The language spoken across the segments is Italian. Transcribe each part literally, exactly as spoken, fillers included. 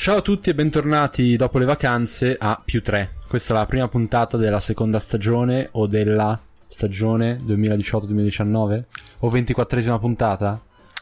Ciao a tutti e bentornati dopo le vacanze a Più tre. Questa è la prima puntata della seconda stagione o della stagione duemiladiciotto duemiladiciannove o ventiquattresima puntata?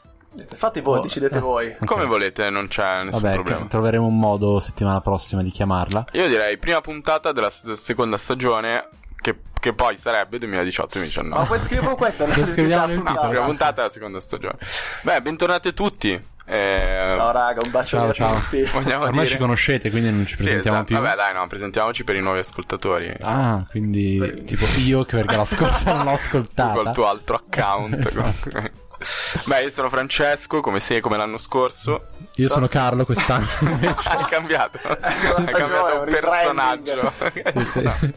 Fate voi, oh, decidete eh, voi. Okay. Come volete, non c'è nessun Vabbè, problema. Troveremo un modo settimana prossima di chiamarla. Io direi prima puntata della s- seconda stagione, che, che poi sarebbe duemiladiciotto duemiladiciannove. Ma puoi scrivere questa? Lo scriviamo in No, la prima puntata della seconda stagione. Beh, bentornati a tutti. Eh, Ciao raga, un bacio ciao, a ciao. tutti. Vogliamo Ormai dire... ci conoscete, quindi non ci presentiamo sì, esatto. più. Vabbè, dai, no, presentiamoci per i nuovi ascoltatori. Ah, quindi per... tipo io che perché la scorsa non l'ho ascoltata. Tu col tuo altro account. Esatto. Beh, io sono Francesco, come sei, come l'anno scorso. Io sono Carlo quest'anno. Hai cambiato. Hai cambiato un personaggio. Sì, sì.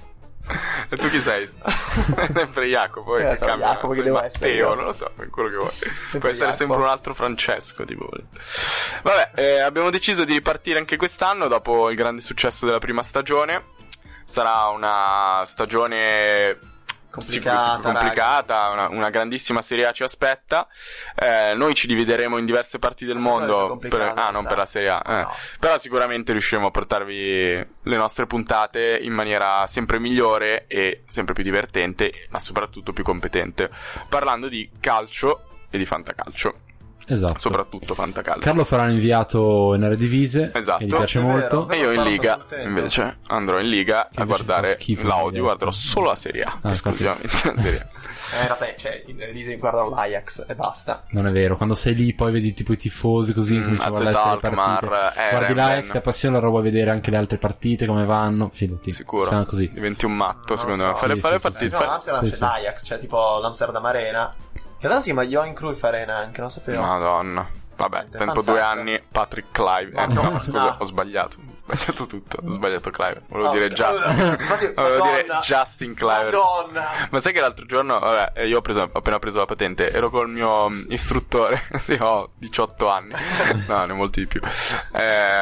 E tu chi sei? Sempre Jacopo. Eh, che sono cambia, Jacopo, che sei devo Matteo, essere io. non lo so, è quello che vuoi. Sempre Può essere Jacopo. sempre un altro Francesco, tipo. Vabbè, eh, abbiamo deciso di ripartire anche quest'anno dopo il grande successo della prima stagione. Sarà una stagione complicata, Sic- sic- complicata una, una grandissima Serie A ci aspetta. Eh, noi ci divideremo in diverse parti del mondo per, ah non per la Serie A eh. no. Però sicuramente riusciremo a portarvi le nostre puntate in maniera sempre migliore e sempre più divertente, ma soprattutto più competente, parlando di calcio e di fantacalcio. Esatto. Soprattutto fantacalcio. Carlo farà un inviato in Eredivisie. Esatto. Che gli piace Sì, è molto. vero. E io in Però Liga sono contento. invece andrò in Liga Che a invece guardare fa schifo, l'audio, vedete. guarderò solo la Serie A, Ah, esclusivamente la Serie A. Eh, in realtà, cioè, in Eredivisie guardo l'Ajax e basta. Non è vero, quando sei lì poi vedi tipo i tifosi così, Mm, cominci a A Z guardare le Alkmaar, partite. eh, Guardi Rennes. l'Ajax, ti appassiona la roba a vedere anche le altre partite, come vanno, fidati. Sicuro. Siamo così. Diventi un matto, Non secondo lo me. so. Fai le, Sì, fai le sì, sì, partite. Sì, no, fai- l'Amsterdam sì, c'è sì. l'Ajax, cioè tipo l'Amsterdam Arena. Che adesso si chiama Johan Cruyff Arena anche, non sapevo. Madonna. Vabbè, Niente, tempo fun due fact. anni, Patrick Clive. Eh, Madonna. no, scusa, ho sbagliato. Ho sbagliato tutto. Ho sbagliato Clive. Volevo Oh, dire Justin. infatti, Volevo dire Madonna. Justin Clive. Madonna. Ma sai che l'altro giorno, vabbè, io ho, preso, ho appena preso la patente, ero col mio mm, istruttore, sì, ho diciotto anni, no, ne ho molti di più, eh,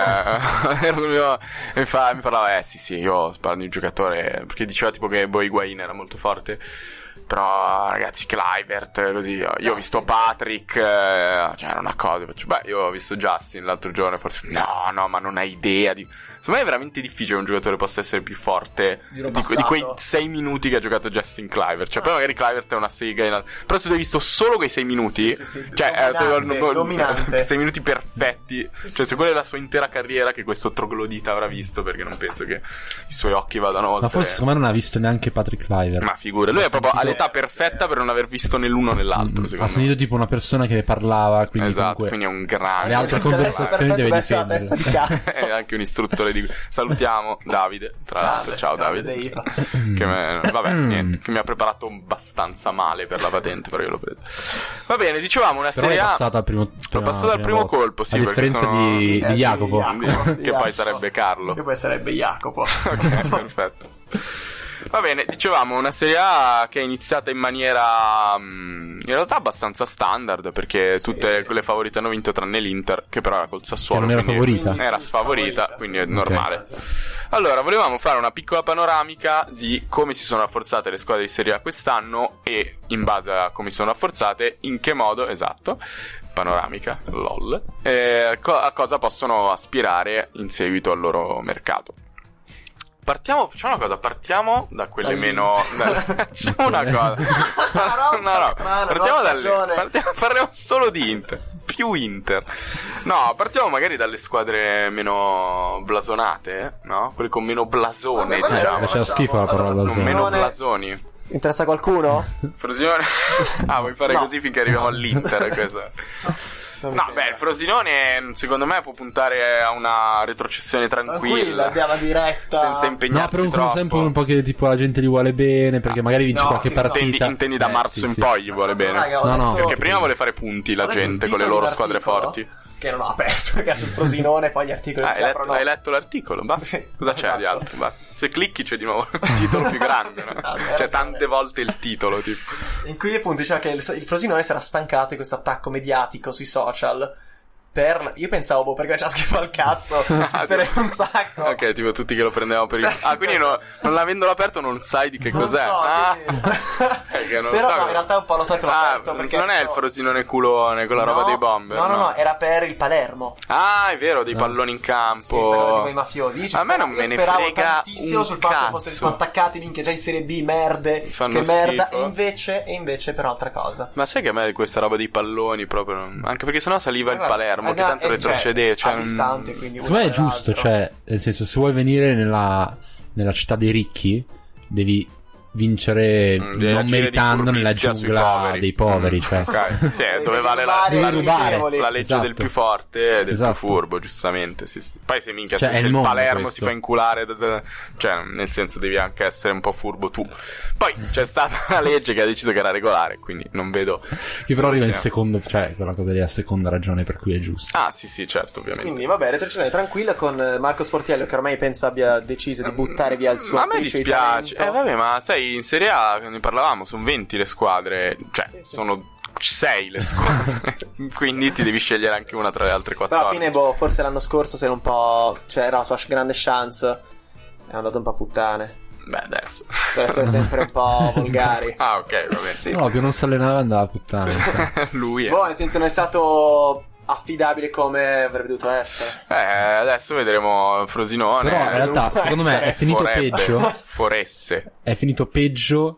ero col mio, e mi, fa, mi parlava, eh sì sì, io sparo di un giocatore, perché diceva tipo che Boy Higuain era molto forte, però ragazzi, Kluivert, così, io ho visto Patrick, eh, cioè era una cosa, faccio, beh, io ho visto Justin l'altro giorno, forse, no, no, ma non hai idea di... Secondo me è veramente difficile che un giocatore possa essere più forte Di di, uno que- di quei passato. sei minuti che ha giocato Justin Kluivert. Cioè, poi magari Kluivert è una sega. In al- Però se tu hai visto solo quei sei minuti, Sì, sì, sì, cioè, dominante, eh, dominante. sei minuti perfetti. Sì, sì. Cioè, se quella è la sua intera carriera, che questo troglodita avrà visto, perché non penso che i suoi occhi vadano oltre. Ma forse secondo me non ha visto neanche Patrick Kluivert. Ma figura, lui è proprio all'età perfetta per non aver visto né l'uno né l'altro. Mm, Secondo ha me. sentito tipo una persona che ne parlava, quindi Esatto, comunque quindi è un grande. le altre Tutto il resto conversazioni deve perfetto, adesso la difendere. testa di cazzo. È anche un istruttore di... Salutiamo Davide, tra l'altro. Grande, Ciao grande Davide. Dave. Che me... Vabbè, niente, che mi ha preparato abbastanza male per la patente, però io l'ho preso. Va bene, dicevamo una Però Serie è A. passata al primo, L'ho prima- passata al prima primo volta. colpo, sì, A perché differenza sono- di, Eh, di di Jacopo. Jacopo. Che poi sarebbe Carlo. Che poi sarebbe Jacopo. Ok, perfetto. Va bene, dicevamo una Serie A che è iniziata in maniera mh, in realtà abbastanza standard, perché Sì. tutte quelle favorite hanno vinto tranne l'Inter, che però era col Sassuolo, Che non era quindi favorita. era sfavorita, quindi è normale. Allora, volevamo fare una piccola panoramica di come si sono rafforzate le squadre di Serie A quest'anno e, in base a come si sono rafforzate, in che modo, esatto, panoramica, lol, eh, co- a cosa possono aspirare in seguito al loro mercato. Partiamo, facciamo una cosa, partiamo da quelle Dall'Inter. meno... Da, facciamo una cosa. No, no, no, strana, partiamo nuova dalle... stagione. Partiamo, parliamo solo di Inter, più Inter. No, partiamo magari dalle squadre meno blasonate, no? Quelle con meno blasone, Vabbè, vabbè, diciamo. faceva facciamo. schifo la parola Allora, Con blasone. meno Frosinone. blasoni. Interessa qualcuno? Frosinone... ah, vuoi fare No. così finché arriviamo all'Inter? Questo. Non mi No, sembra. beh, il Frosinone secondo me può puntare a una retrocessione tranquilla, Tranquilla, abbiamo diretta. senza No, impegnarsi però un troppo. sempre un po' che tipo la gente li vuole bene, perché magari vince no, qualche che no. partita. Intendi, intendi da Eh, marzo sì, in sì. poi gli vuole bene. Raga, ho No, no. letto- Perché prima vuole fare punti la ho letto gente il con le titolo loro di un squadre articolo forti. Che non ho aperto, perché è sul Frosinone, poi gli articoli Ah, non hai, si letto, aprono. hai letto l'articolo? Basta. Sì, Cosa c'è di esatto. altro? Basta. Se clicchi c'è di nuovo il titolo più grande, no? Esatto, hai C'è ragione. tante volte il titolo, tipo. In cui appunto diceva che il, il Frosinone si era stancato di questo attacco mediatico sui social per... Io pensavo, boh, perché faceva schifo al cazzo. Mi speravo un sacco. Ok, tipo tutti che lo prendevano per il... Ah, quindi no, non avendolo aperto non sai di che Non cos'è. so, Ah. quindi- non Però so no, come- in realtà un po' lo so che l'ho Ah, aperto perché non è il so- frosinone culone con la roba No, dei bomber. No, no, no, era per il Palermo. Ah, è vero, dei Ah. palloni in Sì, sta cosa di campo. quei mafiosi. Io ci A me non io me ne speravo frega tantissimo un sul fatto che cazzo. fossero attaccati, minchia, già in Serie B, merde, Fanno che merda. schifo. E invece, e invece per altra cosa. Ma sai che a me questa roba dei palloni proprio non... Anche perché sennò saliva il Eh, guarda, Palermo eh, che no, tanto eh, retrocede. Cioè, a distante, quindi Secondo me è uno giusto, dall'altro. cioè, nel senso, se vuoi venire nella, nella città dei ricchi, devi vincere Mm, devi non agire di meritando nella furbizia sui giungla poveri. dei poveri, Mm, cioè. ok. Sì, Devi dove vale la, rubare Devi ai rubare. amichevoli. la legge Esatto. del più forte e del Esatto. più furbo, giustamente. Sì, sì. Poi se minchia, Cioè, se è se il il mondo Palermo questo. si fa inculare, da- da- cioè, nel senso, devi anche essere un po' furbo tu. Poi c'è stata una legge che ha deciso che era regolare, quindi non vedo. Che però arriva in Sì. secondo, cioè, quella cosa lì è la seconda ragione per cui è giusto. Ah, sì, sì, certo, ovviamente. Quindi vabbè, retrocessione tranquilla con eh, Marco Sportiello che ormai penso abbia deciso di buttare via il suo Ma a me ufficio di dispiace. talento. Eh, vabbè, ma sai, in Serie A ne parlavamo, sono venti le squadre, cioè, Sì, sì, sono sei le squadre. Quindi ti devi scegliere anche una tra le altre Però quattro. alla fine, boh, forse l'anno scorso se era un po'... Cioè era la sua grande chance. È andato un po' a puttane. Beh, adesso. Per essere sempre un po' volgari. Ah, ok, vabbè, sì. No, sì, più non si allenava andava a puttane. sì. sai. Lui è. Boh, nel senso non è stato affidabile come avrebbe dovuto essere. Eh, adesso vedremo Frosinone. Però in eh, realtà, dovuto secondo me, essere è finito Forebbe. peggio. Foresse. È finito peggio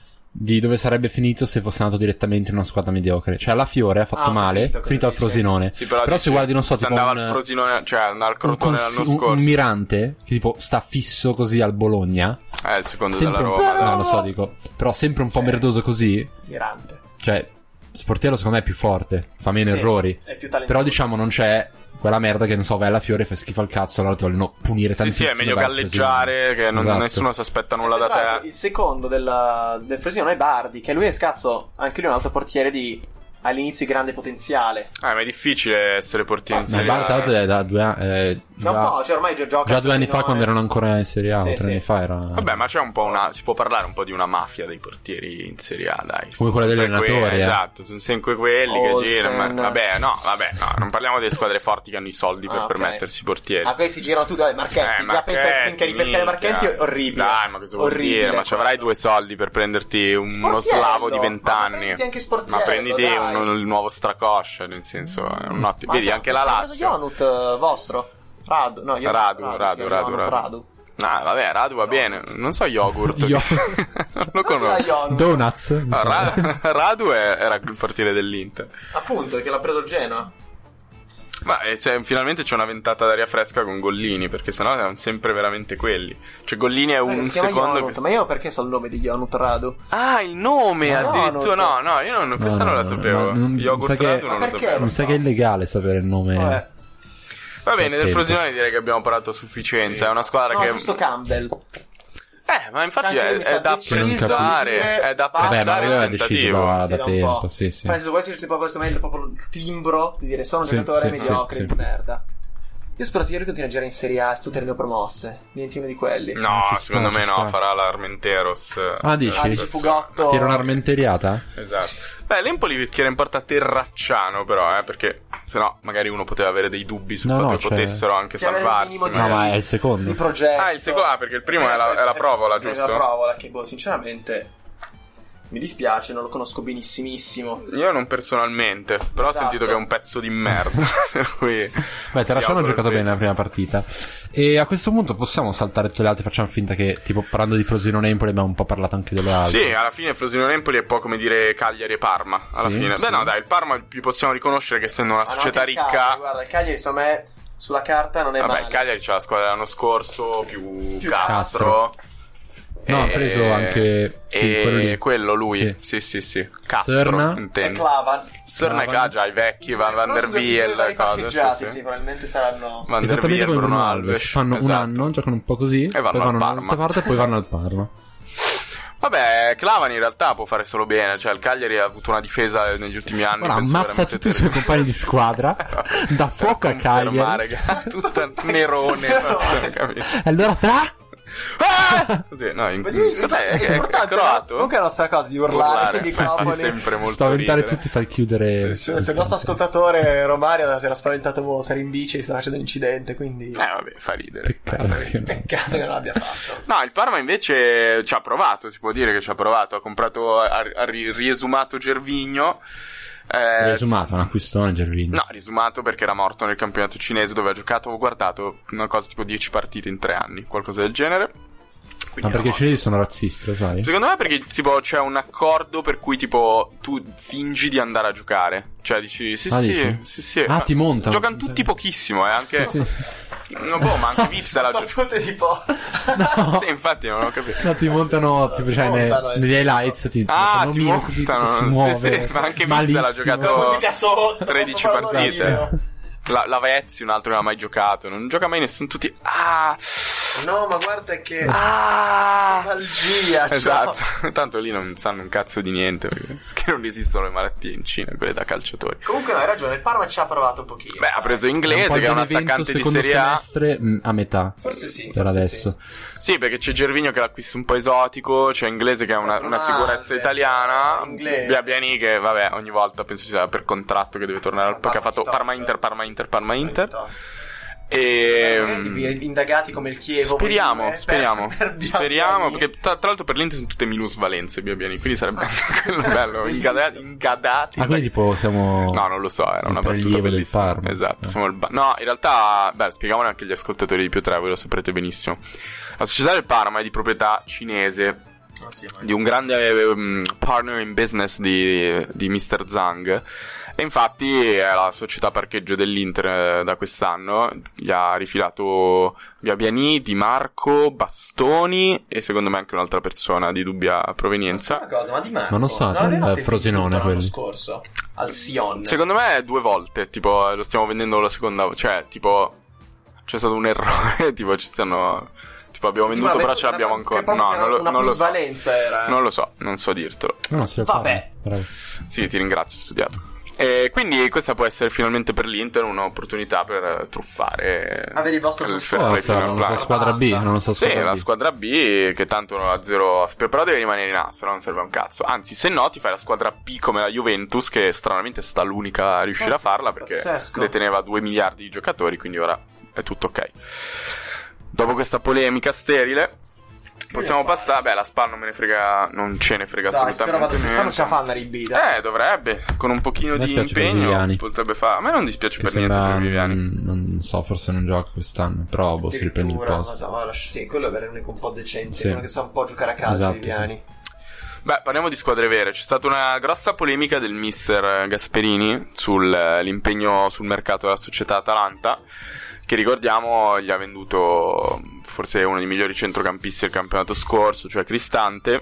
di dove sarebbe finito se fosse andato direttamente in una squadra mediocre. Cioè, alla Fiore ha fatto Ah, ho male, capito è cosa finito al dici. Frosinone. Sì, però, Però dici, se guardi, non so, se tipo andava un, al Frosinone, cioè andava al un, Crotone consi- l'anno un- scorso. un Mirante, che tipo sta fisso così al Bologna. È il secondo Sempre della un- Roma. no, dai. non so, dico. Però sempre un po' Cioè, merdoso così. Mirante. Cioè, Sportiello secondo me è più forte, fa meno Sì, errori. è più talentoso. Però diciamo non c'è quella merda che non so, vai alla Fiore e fa schifo al cazzo, allora ti vogliono punire Sì, sì, tantissimo. è meglio dai, galleggiare, che non, Esatto. nessuno si aspetta nulla da Tra l'altro, te. il secondo della, del Frosinone è Bardi, che lui è scazzo, anche lui è un altro portiere di all'inizio di grande potenziale. Eh, ma è difficile essere portiere in Ma Serie il Bar, tra l'altro, A. è da due anni. eh, Da un già, po', cioè ormai già gioca. già al due anni fa, Frosinone. quando erano ancora in Serie A, Sì, o tre sì. anni fa era. Vabbè, ma c'è un po' una. Si può parlare un po' di una mafia dei portieri in Serie A, dai. Come quella degli Sempre allenatori, quelli, eh. Esatto, sono sempre quelli che Olsen. girano. ma- Vabbè, no, vabbè, no, non parliamo delle squadre forti che hanno i soldi per Ah, ok. permettersi i portieri. Ah, quelli si girano tutti, dai, Marchetti. Eh, già pensa minchia di pescare Marchetti è orribile. Dai, ma cosa vuol orribile, dire? Ma ci avrai quello. due soldi per prenderti un- uno Sportiello, slavo di ma vent'anni. prenditi anche Sportiello, Ma prenditi dai. uno- il nuovo Stracoscia, nel senso, è un ottimo. Ma Vedi, cioè, anche la ha preso Lazio. Jonut eh, vostro. Radu, no, io Radu, Radu, Radu, sì, Radu, Jonut, Radu. Radu. Ah, vabbè, Radu va bene. Non so yogurt. Io- non lo Non so se conosco. era Jonut. Donuts. mi Ah, sa. Ra- Radu è- era il portiere dell'Inter. Appunto, che l'ha preso il Genoa. Ma eh, se- finalmente c'è una ventata d'aria fresca con Gollini, perché sennò erano sempre veramente quelli. Cioè Gollini è Perché un si chiama secondo Jonut, che... ma io perché so il nome di Jonut Radu? Ah, il nome Ma addirittura. Jonut. No, no, io non, questa No, non la no, sapevo. no, non- mi Yogurt sa che- Radu non Ma lo perché? sapevo. Mi sa che è illegale sapere il nome. Vabbè. Va bene, del Attento. Frosinone direi che abbiamo parlato a sufficienza. Sì. È una squadra No, che... giusto Campbell. Eh, ma infatti Anche lui è, mi sta è da deciso di apprezzare. dire È da basta. Vabbè, ma apprezzare aveva il deciso tentativo. da, Sì, da da un tempo, po'. sì, sì. Ma se questo c'è proprio, secondo me, proprio il timbro di dire sono un Sì, giocatore sì, mediocre sì, di sì. merda. Io spero che lui continui a girare in Serie A, tutte le neopromosse. Diventi uno di quelli. No, Ci sta, secondo me ci no, sta. farà l'Armenteros. Ah, dici? Ah, dici Fugotto. Che era un'armenteriata? Esatto. Beh, l'Empoli rischia in porta Terracciano, però, eh, perché sennò magari uno poteva avere dei dubbi sul No, fatto no, che cioè- potessero anche Cioè, avere il salvarsi. minimo di- No, ma è il secondo. Di progetto. Ah, il secondo- ah, perché il primo è la- è la Provola, È giusto? la Provola, che boh, sinceramente mi dispiace, non lo conosco benissimissimo. Io non personalmente, però Esatto. ho sentito che è un pezzo di merda. Per cui Beh, Terracciano ha Io giocato auguro bene la prima partita. E a questo punto possiamo saltare tutte le altre. Facciamo finta che, tipo, parlando di Frosinone Empoli, abbiamo un po' parlato anche delle altre. Sì, alla fine Frosinone Empoli è un po' come dire Cagliari e Parma. Alla Sì, fine, sì. beh, no, dai, il Parma gli possiamo riconoscere che essendo una Ah, no, società anche il ricca. Cagliari, guarda, il Cagliari, insomma, è sulla carta non è Vabbè, male. il Cagliari c'ha la squadra dell'anno scorso più, Più Castro. No, ha E- preso anche- sì, e quello lì. quello lui. Sì. Sì, sì, sì. Castro, Serna. È intendo. Clavan. Serna e Clavan. Cagia, i vecchi, Van, Van Però der sono due- due Biel, vari cose, parcheggiati, sì, sì, sì. probabilmente saranno. Van der Esattamente Biel, come Bruno Bruno Alves. Alves. Fanno Esatto. un anno, giocano un po' così, vanno poi al vanno Parma. dall'altra parte e poi vanno al Parma. Vabbè, Clavan in realtà può fare solo bene. Cioè, il Cagliari ha avuto una difesa negli ultimi anni. Ora penso ammazza veramente tutti i suoi terribile. compagni di squadra, dà fuoco a Confermare Cagliari. che ha tutta nerone. non ho capito. E allora fra... Ah, Così, no, in... Vedi, cos'è? è È, è, è importante, no? croato? Comunque è la nostra cosa di urlare, Urlare, nei fa microfoni. sempre molto Spaventare ridere. tutti, far chiudere. Sì, sì. Cioè, il nostro ascoltatore Romario si era spaventato molto, era in bici, stava facendo un incidente, quindi Eh vabbè, fa ridere. Peccato che no. peccato che non l'abbia fatto. No, il Parma invece ci ha provato, si può dire che ci ha provato. Ha comprato, ha, ha ri- riesumato Gervinho. Eh, Riesumato, un acquistone Gervinho. No, riesumato perché era morto nel campionato cinese dove ha giocato, ho guardato, una cosa tipo dieci partite in tre anni, qualcosa del genere. Ma Quindi perché i era cinesi sono razzisti, lo sai? Secondo me perché tipo c'è un accordo per cui tipo tu fingi di andare a giocare. Cioè dici sì Ah, sì, dici? sì sì. Ah, Ma ti montano. Giocano tutti pochissimo, eh, anche Sì, sì. No, boh, ma anche Vizza la Sono tutte tipo... No. Sì, infatti non ho capito. No, ti montano, Sì, tipo, ti cioè, ne- montano, eh, negli sì, highlights ti Ah, ti ti nomino così, montano, si sì, muove sì, ma anche Vizza malissimo. l'ha giocato- La musica sotto, tredici proprio partite. pallonino. La, la Vezzi, un altro che non ha mai giocato. Non gioca mai nessuno. Tutti. Ah! No, ma guarda che... Ah! Nostalgia, cioè. Esatto. Tanto lì non sanno un cazzo di niente. Perché, perché non esistono le malattie in Cina, quelle da calciatori. Comunque no, hai ragione, il Parma ci ha provato un pochino. Beh, ha preso È un Inglese, po' che è un Benevento, attaccante di secondo Serie A. semestre, mh, a metà. Forse sì, Per forse adesso. Sì, perché c'è Gervinho che è l'acquisto un po' esotico. C'è Inglese che è una, una sicurezza Grande, italiana. inglese. Biabiani che, vabbè, ogni volta penso ci sia per contratto che deve tornare al. Perché ha fatto Parma Parma Inter, Parma Inter, Parma Inter. sì. E. Magari indagati come il Chievo. Speriamo, quindi, eh, speriamo, per- per speriamo, Biabiani. perché tra, tra l'altro per l'Inter sono tutte minusvalenze Biabiani, quindi sarebbe anche quello bello, ingada- ingadati. Ah, quindi tipo siamo... No, non lo so, era il una battuta prelievo del bellissima. Parma. Esatto, Eh. siamo il ba- no, in realtà, beh, spieghiamolo anche agli ascoltatori di più tre, voi lo saprete benissimo. La società del Parma è di proprietà cinese, Ah, sì, ma- di un grande um, partner in business di, di mister Zhang. E infatti è la società parcheggio dell'Inter eh, da quest'anno. Gli ha rifilato Biabiani, Di Marco, Bastoni e secondo me anche un'altra persona di dubbia provenienza. Una cosa, ma Di Marco Ma non so, l'avevate è Frosinone venduto l'anno quelli. scorso al Sion. Secondo me due volte, tipo lo stiamo vendendo la seconda, cioè tipo c'è stato un errore, tipo ci stanno tipo abbiamo Tipo, venduto una- però ce l'abbiamo una- ancora. che proprio No, che non lo, una non lo so. plusvalenza era. Non lo so, non so dirtelo. No, no, se lo Vabbè. fa. Bravo. Sì, ti ringrazio, ho studiato. E quindi questa può essere finalmente per l'Inter un'opportunità per truffare Avere il vostro il successo. fair Oh, play sarà final una plan. squadra B, non so Sì, squadra la B. squadra B che tanto a zero però deve rimanere in A, se no non serve un cazzo. Anzi, se no ti fai la squadra B come la Juventus, che stranamente è stata l'unica a riuscire a farla perché Pazzesco. deteneva due miliardi di giocatori, quindi ora è tutto ok. Dopo questa polemica sterile possiamo ne fai? passare. Beh, la Spal non me ne frega, non ce ne frega Dai, spero assolutamente vado quest'anno ce la niente. fa una ribita. Eh, dovrebbe, con un pochino A me di spiace per impegno Viviani. potrebbe fare. A me non dispiace Che per sembra, niente per Viviani. mm, non so, forse non gioca quest'anno, però boh, si riprende il Addirittura, posto. ma- ma lascia- sì, quello è veramente un po' decente. Sì. Uno che sa un po' giocare a calcio, Esatto, Viviani. Beh, parliamo di squadre vere. C'è stata una grossa polemica del mister Gasperini sull'impegno sul mercato della società Atalanta, che ricordiamo gli ha venduto forse uno dei migliori centrocampisti del campionato scorso, cioè Cristante,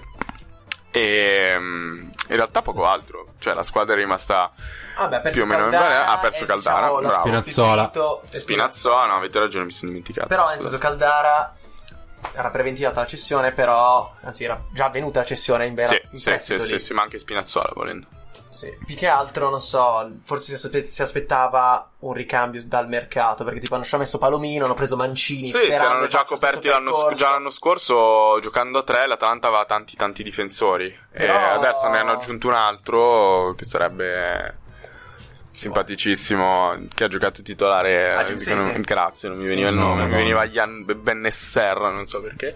e mm, in realtà poco altro. Cioè la squadra è rimasta Ah, beh, ha perso più o meno in Caldara, bene. Ha perso e, Caldara, diciamo, l'ha bravo. Spinazzola. sostituito- e Spinazzola, no, avete ragione, mi sono dimenticato. Però nel senso Caldara era preventivata la cessione, però anzi era già avvenuta la cessione in, vera, Sì, in sì, sì, prestito sì, lì. sì, ma anche Spinazzola volendo. Sì. Più che altro, non so, forse si, aspe- si aspettava un ricambio dal mercato, perché tipo hanno già messo Palomino, hanno preso Mancini, Sì, si sperando erano che già faccia lo coperti stesso l'anno, percorso. già l'anno scorso, giocando a tre, l'Atalanta aveva tanti tanti difensori. Però- E adesso ne hanno aggiunto un altro che sarebbe simpaticissimo, che ha giocato titolare. Ah, eh, Jim dico, non- Sete? grazie, non mi veniva Sì, il sì, nome, no, mi no. veniva Jan Bennesser, non so perché.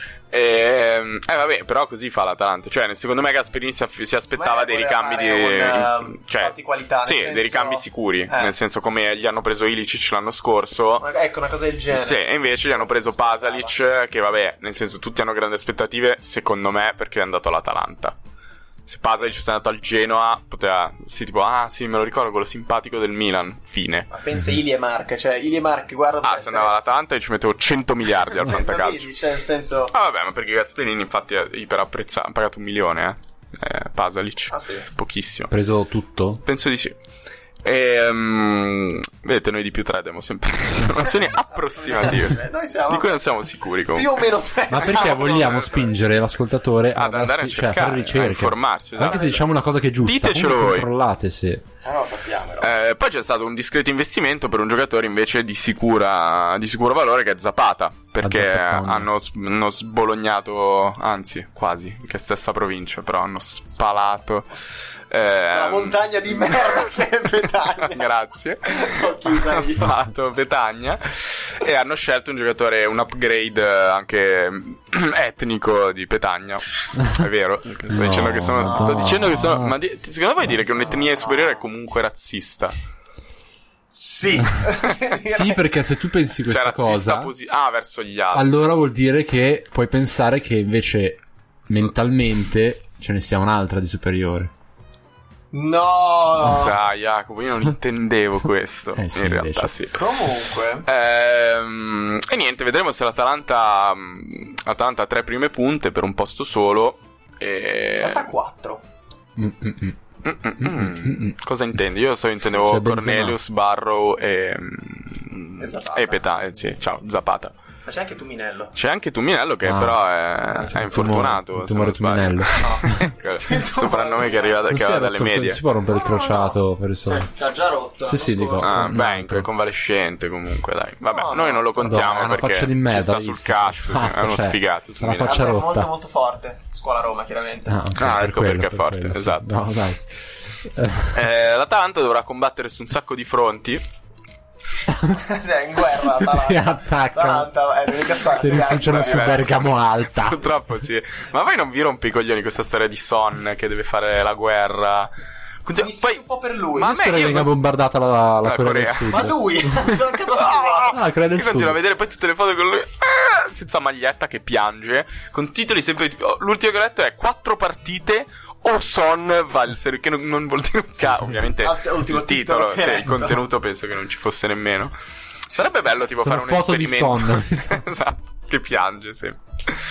E, eh vabbè, però così fa l'Atalanta. Cioè, secondo me Gasperini si, aff- si aspettava dei voleva ricambi di fare un, eh, cioè, salto di qualità, nel sì, senso- dei ricambi sicuri. Eh. Nel senso, come gli hanno preso Ilicic l'anno scorso. Una- Ecco, una cosa del genere. Sì, e invece gli hanno preso Pasalic, che vabbè, nel senso tutti hanno grandi aspettative, secondo me, perché è andato all'Atalanta. Se Pasalic fosse andato al Genoa, poteva, sì, tipo, ah sì, me lo ricordo, quello simpatico del Milan, fine. Ma pensa Ili e Mark, cioè Ili e Mark, guarda... Ah, se andava all'Atalanta io ci mettevo cento miliardi al Ma fantacalcio. vedi, cioè nel senso... Ah vabbè, ma perché Gasperini infatti è iperapprezzato, ha pagato un milione, eh, eh Pasalic. Ah sì. Pochissimo. Ha preso tutto? Penso di sì. E um, vedete, noi di più tre diamo sempre informazioni approssimative Noi siamo di cui non siamo sicuri comunque. più o meno tre. Ma perché vogliamo spingere l'ascoltatore ad andare a darsi- cioè, a cercare, fare ricerche, a informarsi, anche esatto. se diciamo una cosa che è giusta, Ditecelo comunque voi. controllate se Eh, no, lo sappiamo. Però. Eh, poi c'è stato un discreto investimento per un giocatore invece di sicura di sicuro valore, che è Zapata, perché Zapatone. hanno, hanno sbolognato, anzi quasi, che stessa provincia, però hanno spalato eh, La montagna di merda che è Petagna. Grazie. Ho chiusa Hanno io. spalato Petagna e hanno scelto un giocatore, un upgrade anche etnico di Petagna. È vero? Sto No, dicendo che sono no. sto dicendo che sono ma di, secondo voi dire che un'etnia superiore è comunque razzista? Sì. sì, perché se tu pensi Cioè questa razzista cosa posi- ah, verso gli altri. allora vuol dire che puoi pensare che invece mentalmente ce ne sia un'altra di superiore. No. Dai, Jacopo, io non intendevo questo. Eh sì, in realtà invece. sì. Comunque. Ehm, e niente, vedremo se l'Atalanta mh, Atalanta ha tre prime punte per un posto solo. E... In realtà quattro. Mm, mm, mm. Mm, mm, mm. Mm, mm. Cosa intendi? Io so intendevo C'è Benzema. Cornelius, Barrow e, mm, E Zapata. e Peta, eh, sì, ciao, Zapata. Ma c'è anche Tuminello. C'è anche Tuminello che Ah. però è, C'è è il infortunato. tumore- se non il tumore sbaglio. Tuminello. Ecco, soprannome che arriva, Non che si va è dalle rotto il- medie. Si può rompere il No, no, no. crociato per il sole. Cioè, ci ha già rotto. Sì, sì, l'anno dico. scorso. Ah, un Bank, altro. convalescente comunque, dai. Vabbè, No, noi no. non lo contiamo Madonna, una perché faccia di merda, ci sta hai sul visto? cazzo, sì, Basta, è uno cioè, sfigato. la Tuminello. faccia Vabbè, rotta. molto molto forte. Scuola Roma, chiaramente. Ah, ok, Ah, per ecco quello, perché è per forte, quello, sì. esatto. No, dai. Eh, L'Atalanta dovrà combattere su un sacco di fronti. È in guerra. Ti Atalanta. attaccano. Atalanta è l'unica squadra. Si che rifugiano ha- su diverso. Bergamo Alta. Purtroppo sì. Ma voi non vi rompe i coglioni questa storia di Son che deve fare la guerra? Mi spiace un po' per lui. Ma a me Spero che io venga non- bombardata la, la La Corea del Corea. Sud. Ma lui sono capace Ah, Ah, Corea del io Sud. continuo a vedere poi tutte le foto con lui ah, senza maglietta che piange, con titoli sempre tipo, oh, l'ultimo che ho letto è quattro partite o Son va al serio, che non, non vuol dire un cazzo, ovviamente Ah, ultimo il titolo, titolo che sì, hai il letto. contenuto penso che non ci fosse nemmeno. Sarebbe bello tipo Sono fare un foto di esperimento. Son. Esatto, che piange sempre.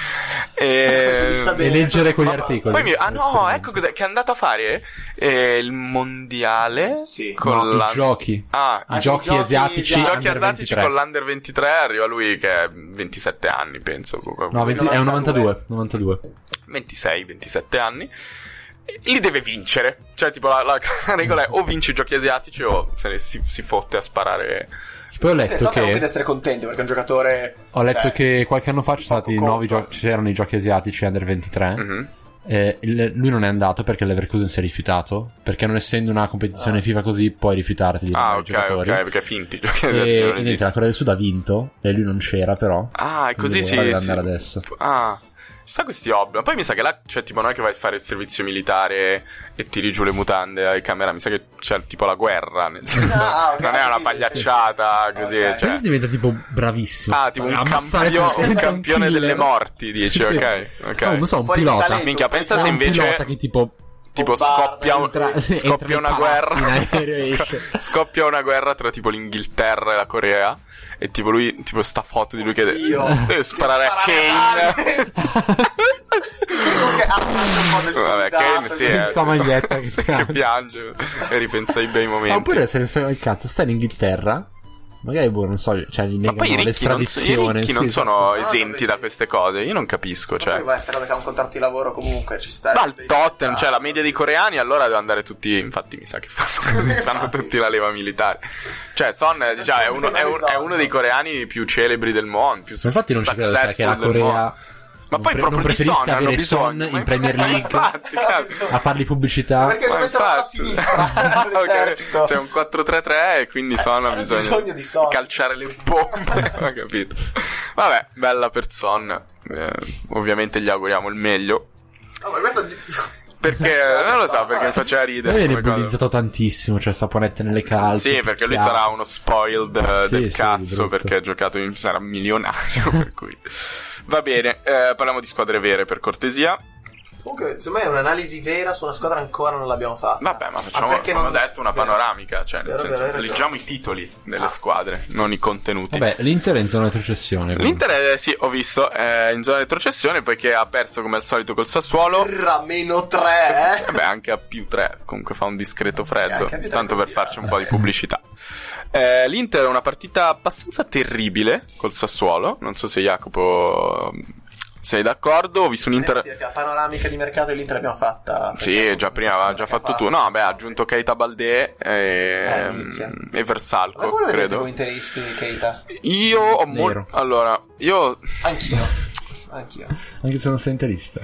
E... Sta E bene. leggere con gli Ma- articoli. Poi mi... Ah no, ecco cos'è che è andato a fare eh, il mondiale Sì. con No, la... i giochi. Ah, Ah, I giochi giochi asiatici. i under giochi asiatici ventitré. con l'Under ventitré arriva lui che ha ventisette anni, penso. No, venti è un novantadue. novantadue. ventisei ventisette anni. E li deve vincere. Cioè, tipo, la, la regola è o vince i giochi asiatici o se ne si, si fotte a sparare. Poi ho In letto realtà non che deve essere contento perché è un giocatore. ho letto cioè, che qualche anno fa ci sono stati poco nuovi conto. giochi, c'erano i giochi asiatici under ventitré. Mhm. Eh, il- lui non è andato perché l'Leverkusen si è rifiutato, perché non essendo una competizione Ah. FIFA così puoi rifiutarti di Ah, mandare ok, i giocatori. ok, perché è finti. I giochi asiatici E, non e niente, la esistono. Corea del Sud ha vinto e lui non c'era però. Ah, è Quindi così sì, deve sì. andare adesso. Ah, sta questi hobby. Ma poi mi sa che là, cioè, tipo, non è che vai a fare il servizio militare e tiri giù le mutande ai camera. Mi sa che c'è tipo la guerra. Nel senso, Ah, ok, non è una sì, pagliacciata sì. così. Ok. Cioè. Questo diventa tipo bravissimo. Ah, tipo un, Ammazzare campio- tutti, un campione killer. delle morti, dici, Sì, sì. ok. ok. No, non so, un Fuori di pilota. talento. Minchia, pensa se È un invece pilota che tipo tipo bombarda, scoppia, un- entra- entra scoppia nei una palazzi guerra in aereo e Sco- esce. scoppia una guerra tra tipo l'Inghilterra e la Corea e tipo lui, tipo sta foto di lui che Dio. deve sparare a Kane. Comunque ha fatto un po' del Vabbè, soldato, Kane sì, sì. è- Senza maglietta che che piange. piange e ripensa ai bei momenti. Ma oppure se ne frega il cazzo, sta in Inghilterra. Magari, boh, non so, cioè gli Ma negano poi i ricchi, non, so- i l'estradizione. ricchi non sì, sono No, esenti no, da queste cose. Io non capisco. Cioè, Cioè, poi questa cosa che ha un contratto di lavoro comunque ci sta. ma al Tottenham, cioè la media dei coreani, allora deve andare tutti. Infatti, mi sa che fanno, così, fanno tutti la leva militare. Cioè, Son diciamo, è, uno, è, un- è uno dei coreani più celebri del mondo. Più Ma infatti non ci credo perché la successful del mondo. Corea. Ma non poi pre- proprio non di Son preferisca hanno avere Son bisogno. in Premier League Infatti, cazzo. a fargli pubblicità. Perché lo Ma mettono alla infatti. sinistra dell'esercito. C'è un quattro tre tre e quindi Son ha Ha bisogno, bisogno di Son. calciare le bombe. Ho capito. Vabbè, bella persona. Eh, ovviamente gli auguriamo il meglio. Oh, ma questo... Perché non lo so, perché mi faceva ridere. Lui viene come cosa. bullizzato tantissimo, cioè saponette nelle calze. Sì, perché lui picchiato. sarà uno spoiled eh, Sì, del sì, cazzo, di brutto. perché ha giocato in... sarà milionario, per cui... Va bene, eh, parliamo di squadre vere, per cortesia. Comunque, secondo me è un'analisi vera su una squadra ancora non l'abbiamo fatta. Vabbè, ma facciamo, ah, come non... ho detto, una panoramica, cioè nel vero, senso, vero, vero, leggiamo i titoli delle ah. squadre, non i contenuti. Vabbè, l'Inter è in zona di retrocessione. L'Inter è, sì, ho visto, è in zona di retrocessione poiché ha perso come al solito col Sassuolo. A meno tre, eh? Beh, anche a più tre, comunque fa un discreto freddo, sì, tanto per farci un po' di pubblicità. Eh, L'Inter è una partita abbastanza terribile col Sassuolo, non so se Jacopo... sei d'accordo? Ho visto un Inter... La panoramica di mercato dell'Inter l'abbiamo fatta. Sì, già prima aveva già fatto tu. No, beh, ha aggiunto Keita Baldé e, eh, e Versalco, ma come credo. Come interisti Keita? Io ho molto... Allora, io... Anch'io. Anch'io. Anche se non sei interista.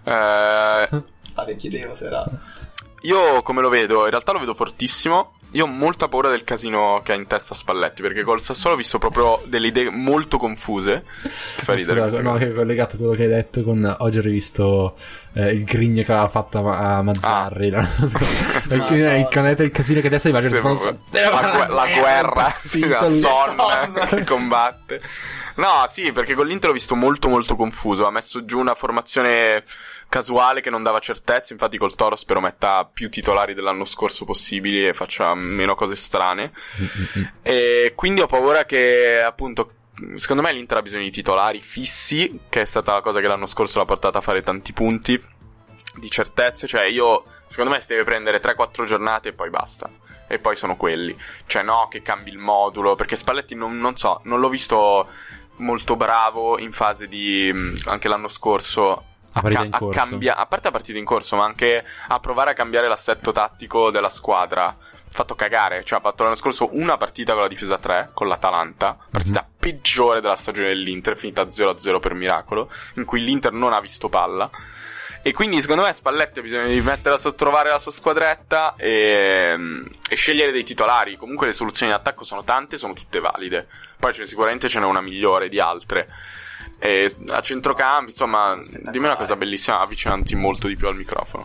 Eh... Fate, chiedevo se era... Io come lo vedo? In realtà lo vedo fortissimo. Io ho molta paura del casino che ha in testa Spalletti, perché col Sassuolo ho visto proprio delle idee molto confuse. Che fa ridere. Scusa, no, che è collegato a quello che hai detto con... Oggi ho rivisto eh, il grigno che aveva fatto a, a Mazzarri. Ah. No? il, il canetto il casino che adesso immagino sì, la, la, la guerra, la Son che combatte. No, sì, perché con l'Inter l'ho visto molto molto confuso. Ha messo giù una formazione casuale che non dava certezze. Infatti col Toro spero metta più titolari dell'anno scorso possibili e faccia meno cose strane. Mm-hmm. E quindi ho paura che, appunto, secondo me l'Inter ha bisogno di titolari fissi, che è stata la cosa che l'anno scorso l'ha portata a fare tanti punti, di certezze. Cioè io, secondo me si deve prendere tre quattro giornate e poi basta. E poi sono quelli. Cioè no che cambi il modulo, perché Spalletti non, non so, non l'ho visto molto bravo in fase di... anche l'anno scorso a, a, ca- a cambiare, a parte a partita in corso, ma anche a provare a cambiare l'assetto tattico della squadra. Fatto cagare, cioè ha fatto l'anno scorso una partita con la difesa tre, con l'Atalanta, partita mm-hmm. peggiore della stagione dell'Inter, finita zero a zero per miracolo, in cui l'Inter non ha visto palla. E quindi secondo me Spalletti ha bisogno di mettere a trovare la sua squadretta e, e scegliere dei titolari. Comunque le soluzioni di attacco sono tante, sono tutte valide. Poi c'è, sicuramente ce n'è una migliore di altre. E a centrocampo, insomma, dimmi una cosa bellissima, avvicinanti molto di più al microfono.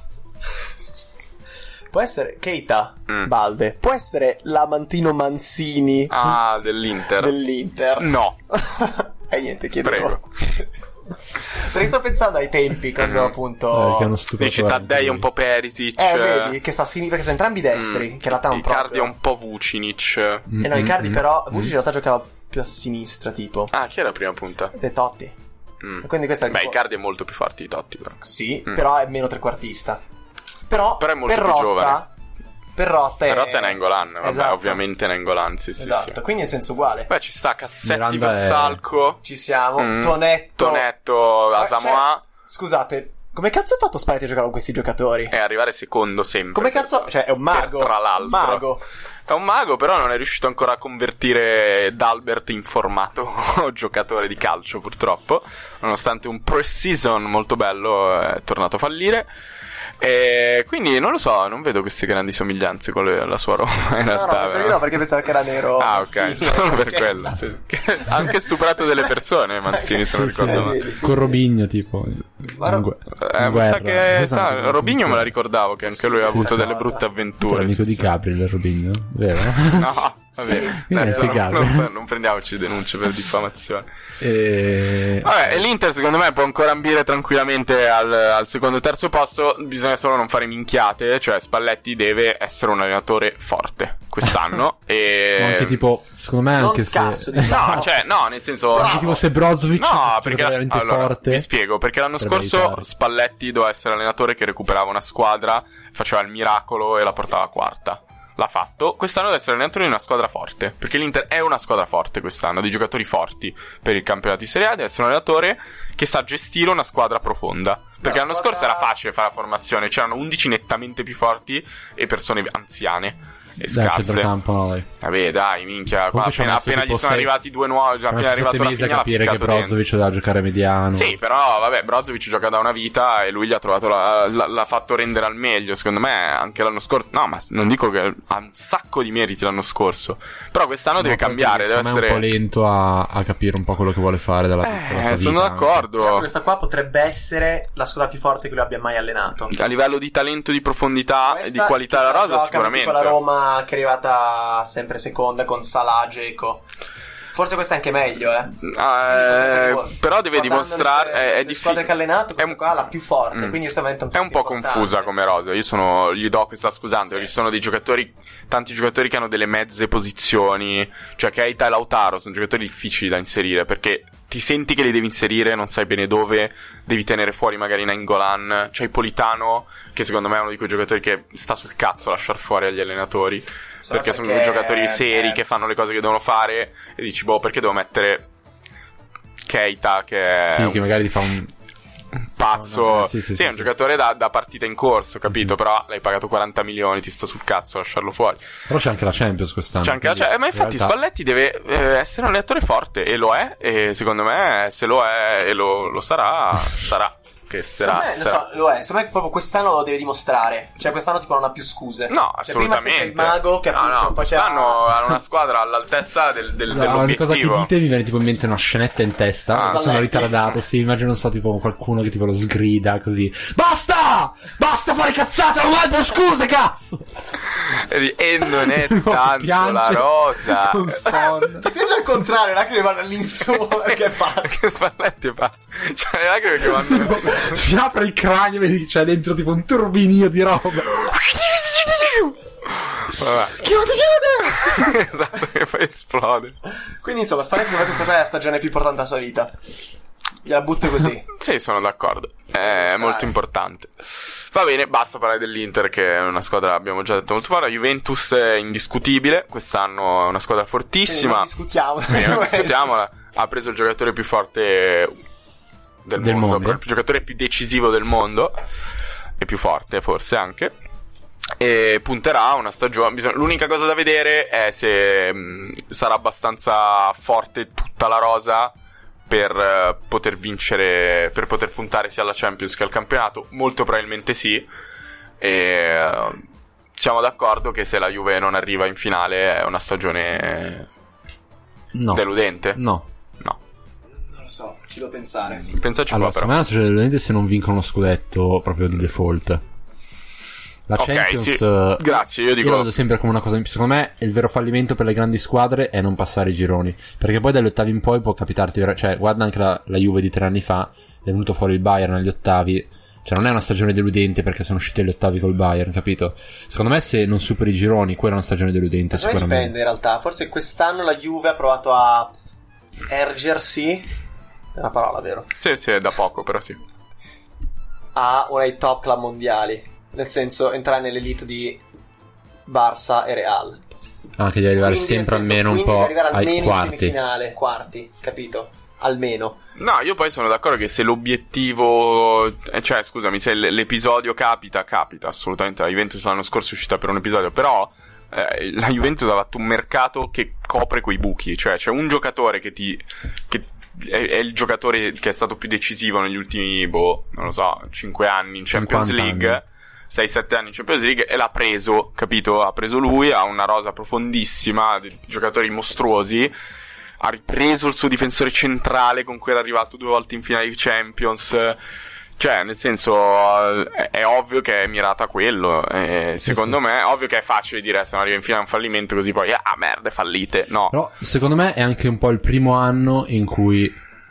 Può essere Keita mm. Balde, può essere l'amantino Mancini ah, dell'Inter. Dell'Inter. No. E eh, niente, chiedevo. Prego. Perché sto pensando ai tempi quando mm. appunto eh, dici Taddei un po' Perisic, eh vedi che sta a sinistra, perché sono entrambi destri, mm. che in realtà un po' Icardi è un po' Vucinic. Mm. E no, Icardi mm. però Vucinic in realtà giocava più a sinistra tipo. Ah, chi era la prima punta? De Totti. Mm. E quindi questa è Beh, tipo... Icardi è molto più forte di Totti però. Sì, mm. però è meno trequartista. Però, però è molto per più Rotta, giovane. Per Rotta è... Per Rotta è Nainggolan, vabbè, esatto. ovviamente Nainggolan, sì, sì, esatto, sì. quindi in senso uguale. Beh, ci sta Cassetti, Miranda Versalco. È... Ci siamo, mm. Tonetto. Tonetto, Asamoah. Cioè, scusate, come cazzo ha fatto Spalletti a giocare con questi giocatori? E arrivare secondo sempre. Come cazzo... Cioè, è un mago. Per, tra l'altro. Un mago. È un mago, però non è riuscito ancora a convertire D'Albert in formato giocatore di calcio, purtroppo. Nonostante un pre-season molto bello, è tornato a fallire. E quindi non lo so, non vedo queste grandi somiglianze con le, la sua Roma in no, realtà. No, perché no, perché pensavo che era nero. Ah, ok, sì, solo per perché... quello. Sì. Ha anche stuprato delle persone Mancini, se non sì, ricordo sì, male. Con Robigno, tipo. Ma Ro... gu- eh, mi sa che no, Robinho me la ricordavo che anche sì, lui ha sì, avuto sì, delle sì, brutte avventure. Era amico sì, di sì. Gabriel Robinho, vero? No, vabbè, sì, adesso non, non, non, non prendiamoci denunce per diffamazione. E... Vabbè, e l'Inter secondo me può ancora ambire tranquillamente al, al secondo e terzo posto. Bisogna solo non fare minchiate. Cioè Spalletti deve essere un allenatore forte quest'anno. E anche tipo, secondo me non anche scarso, se... diciamo. no, cioè no, nel senso anche tipo se Brozovic no, perché veramente allora, forte. Vi spiego, perché l'anno scorso aiutare. Spalletti doveva essere allenatore che recuperava una squadra, faceva il miracolo e la portava a quarta. L'ha fatto. Quest'anno deve essere allenatore di una squadra forte, perché l'Inter è una squadra forte quest'anno, ha dei giocatori forti per il campionato di Serie A. Deve essere un allenatore che sa gestire una squadra profonda, perché no, l'anno guarda... scorso era facile fare la formazione, c'erano undici nettamente più forti e persone anziane e scarse. Campo, no, dai. Vabbè, dai, minchia, qua Comunque appena, appena gli sono sei... arrivati due nuovi, appena è arrivato la mesi fine a capire che Brozovic doveva giocare mediano. Sì, però vabbè, Brozovic gioca da una vita e lui gli ha trovato la, la, l'ha fatto rendere al meglio. Secondo me anche l'anno scorso, no, ma non dico che ha un sacco di meriti l'anno scorso, però quest'anno no, deve cambiare, deve essere un po' lento a, a capire un po' quello che vuole fare dalla, eh, dalla sua sono vita, d'accordo Anche. Questa qua potrebbe essere la squadra più forte che lui abbia mai allenato a livello di talento, di profondità questa, e di qualità della rosa, sicuramente. Con la Roma che è arrivata sempre seconda con Salah, Dzeko. Forse questo è anche meglio, eh. eh però deve dimostrare le, è, è le difficile. Squadre che ha allenato, questa un... qua è la più forte, mm. quindi giustamente è un po' importante. confusa come rosa. Io sono gli do questa scusante, sì. Ci sono dei giocatori, tanti giocatori che hanno delle mezze posizioni, cioè Keita e Lautaro sono giocatori difficili da inserire perché ti senti che li devi inserire, non sai bene dove, devi tenere fuori magari Nainggolan. C'hai Politano, che secondo me è uno di quei giocatori che sta sul cazzo a lasciar fuori agli allenatori, perché, perché sono giocatori seri eh. che fanno le cose che devono fare, e dici, boh, perché devo mettere Keita che è sì, un... che magari ti fa un... un pazzo, no, no, sì, sì, sì, sì, è un sì. giocatore da, da partita in corso, capito? Mm-hmm. Però l'hai pagato quaranta milioni, ti sta sul cazzo a lasciarlo fuori. Però c'è anche la Champions quest'anno. C'è anche la Champions, eh, ma infatti in realtà... Spalletti deve eh, essere un allenatore forte, e lo è, e secondo me se lo è e lo, lo sarà, sarà. Che sarà, me, sarà. So, lo è, secondo me proprio quest'anno lo deve dimostrare. Cioè quest'anno tipo non ha più scuse. No, cioè, prima assolutamente. il mago che no, appunto no, faceva... quest'anno hanno una squadra all'altezza del, del, no, dell'obiettivo. Una cosa che dite mi viene tipo in mente una scenetta in testa. Ah, sono ritardate, sì, immagino non so tipo qualcuno che tipo lo sgrida così. Basta! Basta fare cazzate, non vai più scuse, cazzo! E non è tanto la rosa. Ti piace al contrario, le lacrime vanno all'insù perché è pazzo. Spalletti è pazzo. Cioè le lacrime che vanno si apre il cranio e vedi c'è dentro tipo un turbinio di roba. Vabbè. Chiude, chiude! Esatto, che poi esplode. Quindi insomma, Spalletti secondo me questa qua è la stagione più importante della sua vita. Gliela butto così. Sì, sono d'accordo. È molto importante. Va bene, basta parlare dell'Inter, che è una squadra, abbiamo già detto molto forte. La Juventus è indiscutibile, quest'anno è una squadra fortissima. Non discutiamo. Quindi non discutiamola. Ha preso il giocatore più forte del, del mondo, mondo. Il giocatore più decisivo del mondo, e più forte forse anche. E punterà a una stagione. Bisogna... L'unica cosa da vedere è se mh, sarà abbastanza forte tutta la rosa per uh, poter vincere, per poter puntare sia alla Champions che al campionato. Molto probabilmente sì. E uh, siamo d'accordo che se la Juve non arriva in finale è una stagione no. deludente. No. No. Non lo so, ci devo pensare. Pensaci allora, qua però. Secondo me è una stagione deludente se non vincono lo scudetto proprio di default. La ok, Champions, sì. Grazie, io dico. Io lo vedo sempre come una cosa. Secondo me il vero fallimento per le grandi squadre è non passare i gironi, perché poi dagli ottavi in poi può capitarti. Cioè, guarda anche la, la Juve di tre anni fa, è venuto fuori il Bayern agli ottavi. Cioè, non è una stagione deludente perché sono usciti agli ottavi col Bayern, capito? Secondo me, se non superi i gironi, quella è una stagione deludente. Secondo me dipende in realtà. Forse quest'anno la Juve ha provato a ergersi. È una parola, vero? Sì, sì, è da poco, però sì. A uno dei top club mondiali. Nel senso, entrare nell'elite di Barça e Real. Ah, che devi arrivare quindi, sempre senso, almeno un po' arrivare ai almeno quarti. in semifinale, quarti, capito? Almeno. No, io poi sono d'accordo che se l'obiettivo, eh, cioè scusami, se l'episodio capita, capita assolutamente. La Juventus l'anno scorso è uscita per un episodio, però eh, la Juventus ha fatto un mercato che copre quei buchi. Cioè c'è un giocatore che ti che è, è il giocatore che è stato più decisivo negli ultimi, boh, non lo so, cinque anni in Champions League, sei sette anni in Champions League, e l'ha preso, capito? Ha preso lui, ha una rosa profondissima, dei giocatori mostruosi, ha ripreso il suo difensore centrale con cui era arrivato due volte in finale di Champions. Cioè, nel senso, è, è ovvio che è mirata a quello. E secondo sì, sì. me è ovvio che è facile dire se non arriva in finale è un fallimento, così poi, ah merda, fallite. No. Però secondo me è anche un po' il primo anno in cui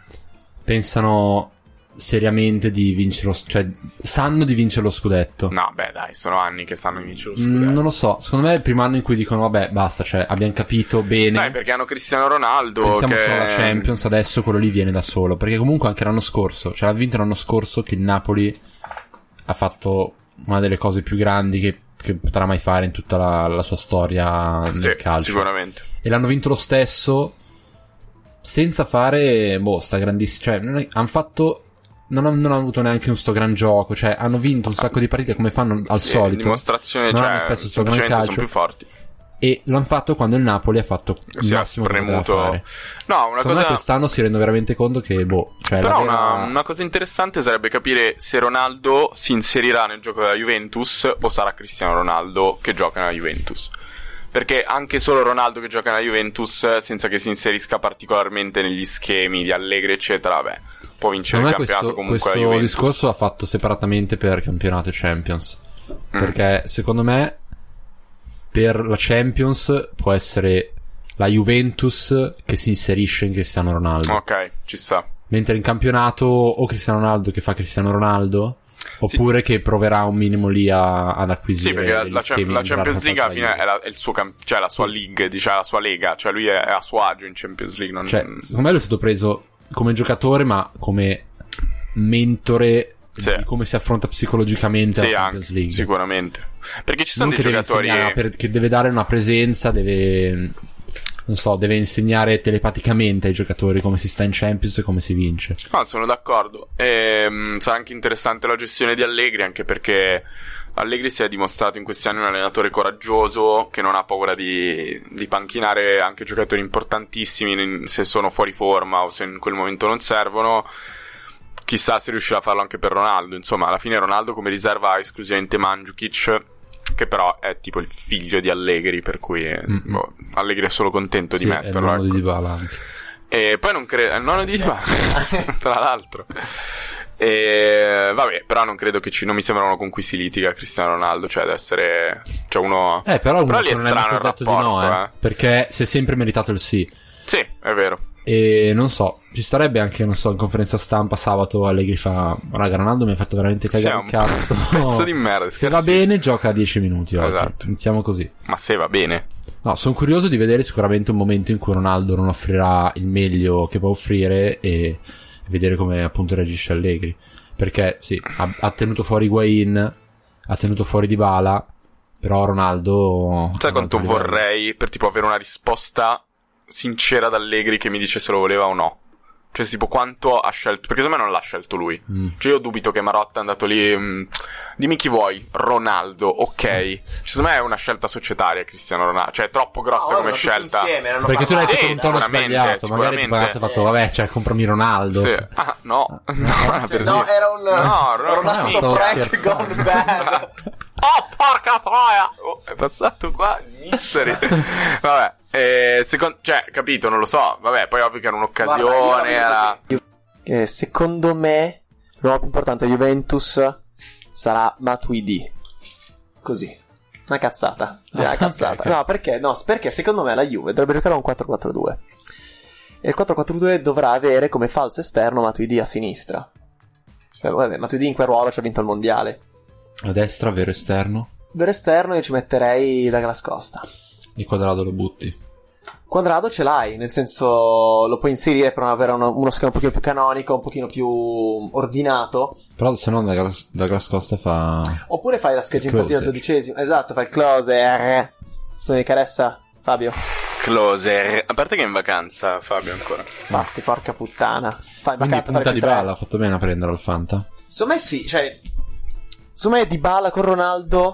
pensano seriamente di vincere lo, cioè sanno di vincere lo scudetto. No, beh, dai, sono anni che sanno di vincere lo scudetto. Mm, non lo so, secondo me è il primo anno in cui dicono vabbè, basta, cioè abbiamo capito bene. Sai, perché hanno Cristiano Ronaldo. Pensiamo che... solo alla Champions, adesso quello lì viene da solo. Perché comunque anche l'anno scorso, cioè l'ha vinto l'anno scorso che il Napoli ha fatto una delle cose più grandi che, che potrà mai fare in tutta la, la sua storia nel sì, calcio. Sicuramente. E l'hanno vinto lo stesso senza fare, boh, sta grandissima, cioè hanno fatto... Non hanno, non hanno avuto neanche un sto gran gioco. Cioè hanno vinto un sacco di partite come fanno al sì, solito. Dimostrazione, non cioè, hanno spesso sto gran calcio, sono più forti. E l'hanno fatto quando il Napoli ha fatto il si massimo che poteva fare. No, una Secondo cosa... me quest'anno si rende veramente conto che boh, cioè però vera... una, una cosa interessante sarebbe capire se Ronaldo si inserirà nel gioco della Juventus o sarà Cristiano Ronaldo che gioca nella Juventus. Perché anche solo Ronaldo che gioca nella Juventus, senza che si inserisca particolarmente negli schemi di Allegri eccetera, vabbè, può vincere il campionato questo, comunque questo la Juventus. discorso va fatto separatamente per campionato e Champions. Mm. Perché secondo me per la Champions può essere la Juventus che si inserisce in Cristiano Ronaldo. Ok, ci sta. Mentre in campionato o Cristiano Ronaldo che fa Cristiano Ronaldo, oppure sì. che proverà un minimo lì a, ad acquisire. Sì, perché la, la, la Champions League alla fine è, la, è il suo camp- cioè la sua league, diciamo, la sua lega, cioè lui è, è a suo agio in Champions League. Non... Cioè, secondo me lui è stato preso come giocatore, ma come mentore sì. di come si affronta psicologicamente sì, la Champions anche, League. Sicuramente. Perché ci sono non dei che giocatori deve per, che deve dare una presenza, deve non so, deve insegnare telepaticamente ai giocatori come si sta in Champions e come si vince. No, sono d'accordo. E, mh, sarà anche interessante la gestione di Allegri, anche perché Allegri si è dimostrato in questi anni un allenatore coraggioso che non ha paura di, di panchinare anche giocatori importantissimi se sono fuori forma o se in quel momento non servono. Chissà se riuscirà a farlo anche per Ronaldo. Insomma, alla fine Ronaldo come riserva ha esclusivamente Mandzukic, che però è tipo il figlio di Allegri, per cui boh, Allegri è solo contento sì, di metterlo. È il nonno ecco. di Dybala anche. E poi non credo, è il nonno di Dybala tra l'altro. E vabbè, però non credo che ci non mi sembra uno con cui si litiga Cristiano Ronaldo, cioè deve essere cioè uno eh però, però uno lì è non è strano il detto rapporto, di no, eh, eh. perché si è sempre meritato il sì. Sì, è vero. E non so, ci starebbe anche, non so, in conferenza stampa sabato Allegri fa: raga, Ronaldo mi ha fatto veramente cagare il cazzo. Pezzo di merda. Se va bene gioca dieci minuti oggi. Esatto. Iniziamo così. Ma se va bene. No, sono curioso di vedere sicuramente un momento in cui Ronaldo non offrirà il meglio che può offrire e vedere come appunto reagisce Allegri. Perché sì, ha, ha tenuto fuori Higuain, ha tenuto fuori Dybala, però Ronaldo... Sai quanto vorrei per tipo avere una risposta sincera da Allegri che mi dice se lo voleva o no? Cioè tipo quanto ha scelto, perché secondo me non l'ha scelto lui. mm. Cioè io dubito che Marotta è andato lì mh, dimmi chi vuoi, Ronaldo, ok. Cioè secondo me è una scelta societaria Cristiano Ronaldo, cioè è troppo grossa no, come scelta insieme, perché tu l'hai sì, detto un tono sbagliato, magari tipo ragazzi ha fatto vabbè, cioè comprami Ronaldo. Sì. Ah no, no, no, cioè, no era un no, Ronaldo no, prank gone bad. Oh porca troia, oh, è passato qua mystery. Vabbè, eh, secondo, cioè capito, non lo so, vabbè, poi ovvio che era un'occasione. Guarda, era... che secondo me l'uomo più importante a Juventus sarà Matuidi. Così, una cazzata, una ah, cazzata. Okay, okay. No, perché? No, perché secondo me la Juve dovrebbe giocare a un quattro quattro due. E il quattro quattro due dovrà avere come falso esterno Matuidi a sinistra. Eh, vabbè, Matuidi in quel ruolo ci ha vinto il mondiale. A destra, vero esterno? Vero esterno io ci metterei Douglas Costa. E Quadrado lo butti? Quadrado ce l'hai, nel senso lo puoi inserire per avere uno, uno schema un pochino più canonico, un pochino più ordinato. Però se no Douglas, Douglas Costa fa... Oppure fai la scheggia impossibile al dodicesimo. Esatto, fai il closer. Tu mi caressa, Fabio? Closer. A parte che è in vacanza Fabio ancora. Infatti, porca puttana. Fai Quindi vacanza, punta fare di balla, ha fatto bene a prendere al Fanta. Secondo me sì, cioè secondo me Dybala con Ronaldo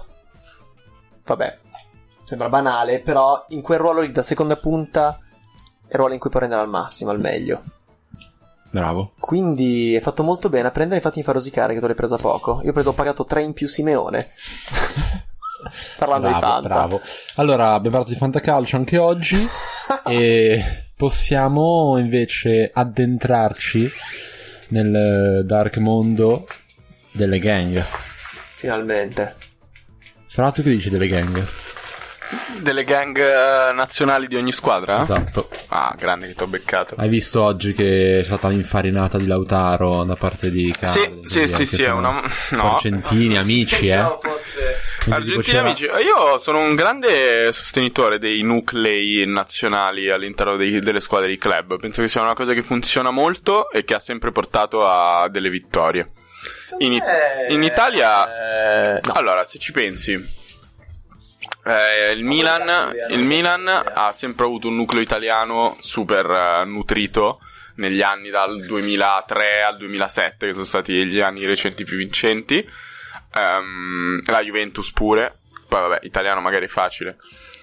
vabbè, sembra banale, però in quel ruolo lì da seconda punta è il ruolo in cui può rendere al massimo, al meglio. Bravo. Quindi hai fatto molto bene a prendere, infatti mi fa rosicare che tu l'hai presa poco. Io ho preso, ho pagato tre in più Simeone. Parlando bravo, di Fanta. Bravo. Allora, abbiamo parlato di fantacalcio anche oggi e possiamo invece addentrarci nel dark mondo delle gang. Finalmente. Fra, tu che dici delle gang? Delle gang uh, nazionali di ogni squadra? Esatto. Ah, grande che ti ho beccato. Hai visto oggi che c'è stata l'infarinata di Lautaro da parte di Carli? Sì, sì, sì, sì, è una... no. No, Argentini, amici, eh. Fosse... Argentini, amici. Io sono un grande sostenitore dei nuclei nazionali all'interno dei, delle squadre di club. Penso che sia una cosa che funziona molto e che ha sempre portato a delle vittorie. In, it- in Italia, eh, no. Allora, se ci pensi, eh, il Milan, il Milan ha sempre avuto un nucleo italiano super uh, nutrito negli anni dal duemilatré al duemilasette, che sono stati gli anni recenti più vincenti. Um, la Juventus pure, poi vabbè, italiano magari è facile.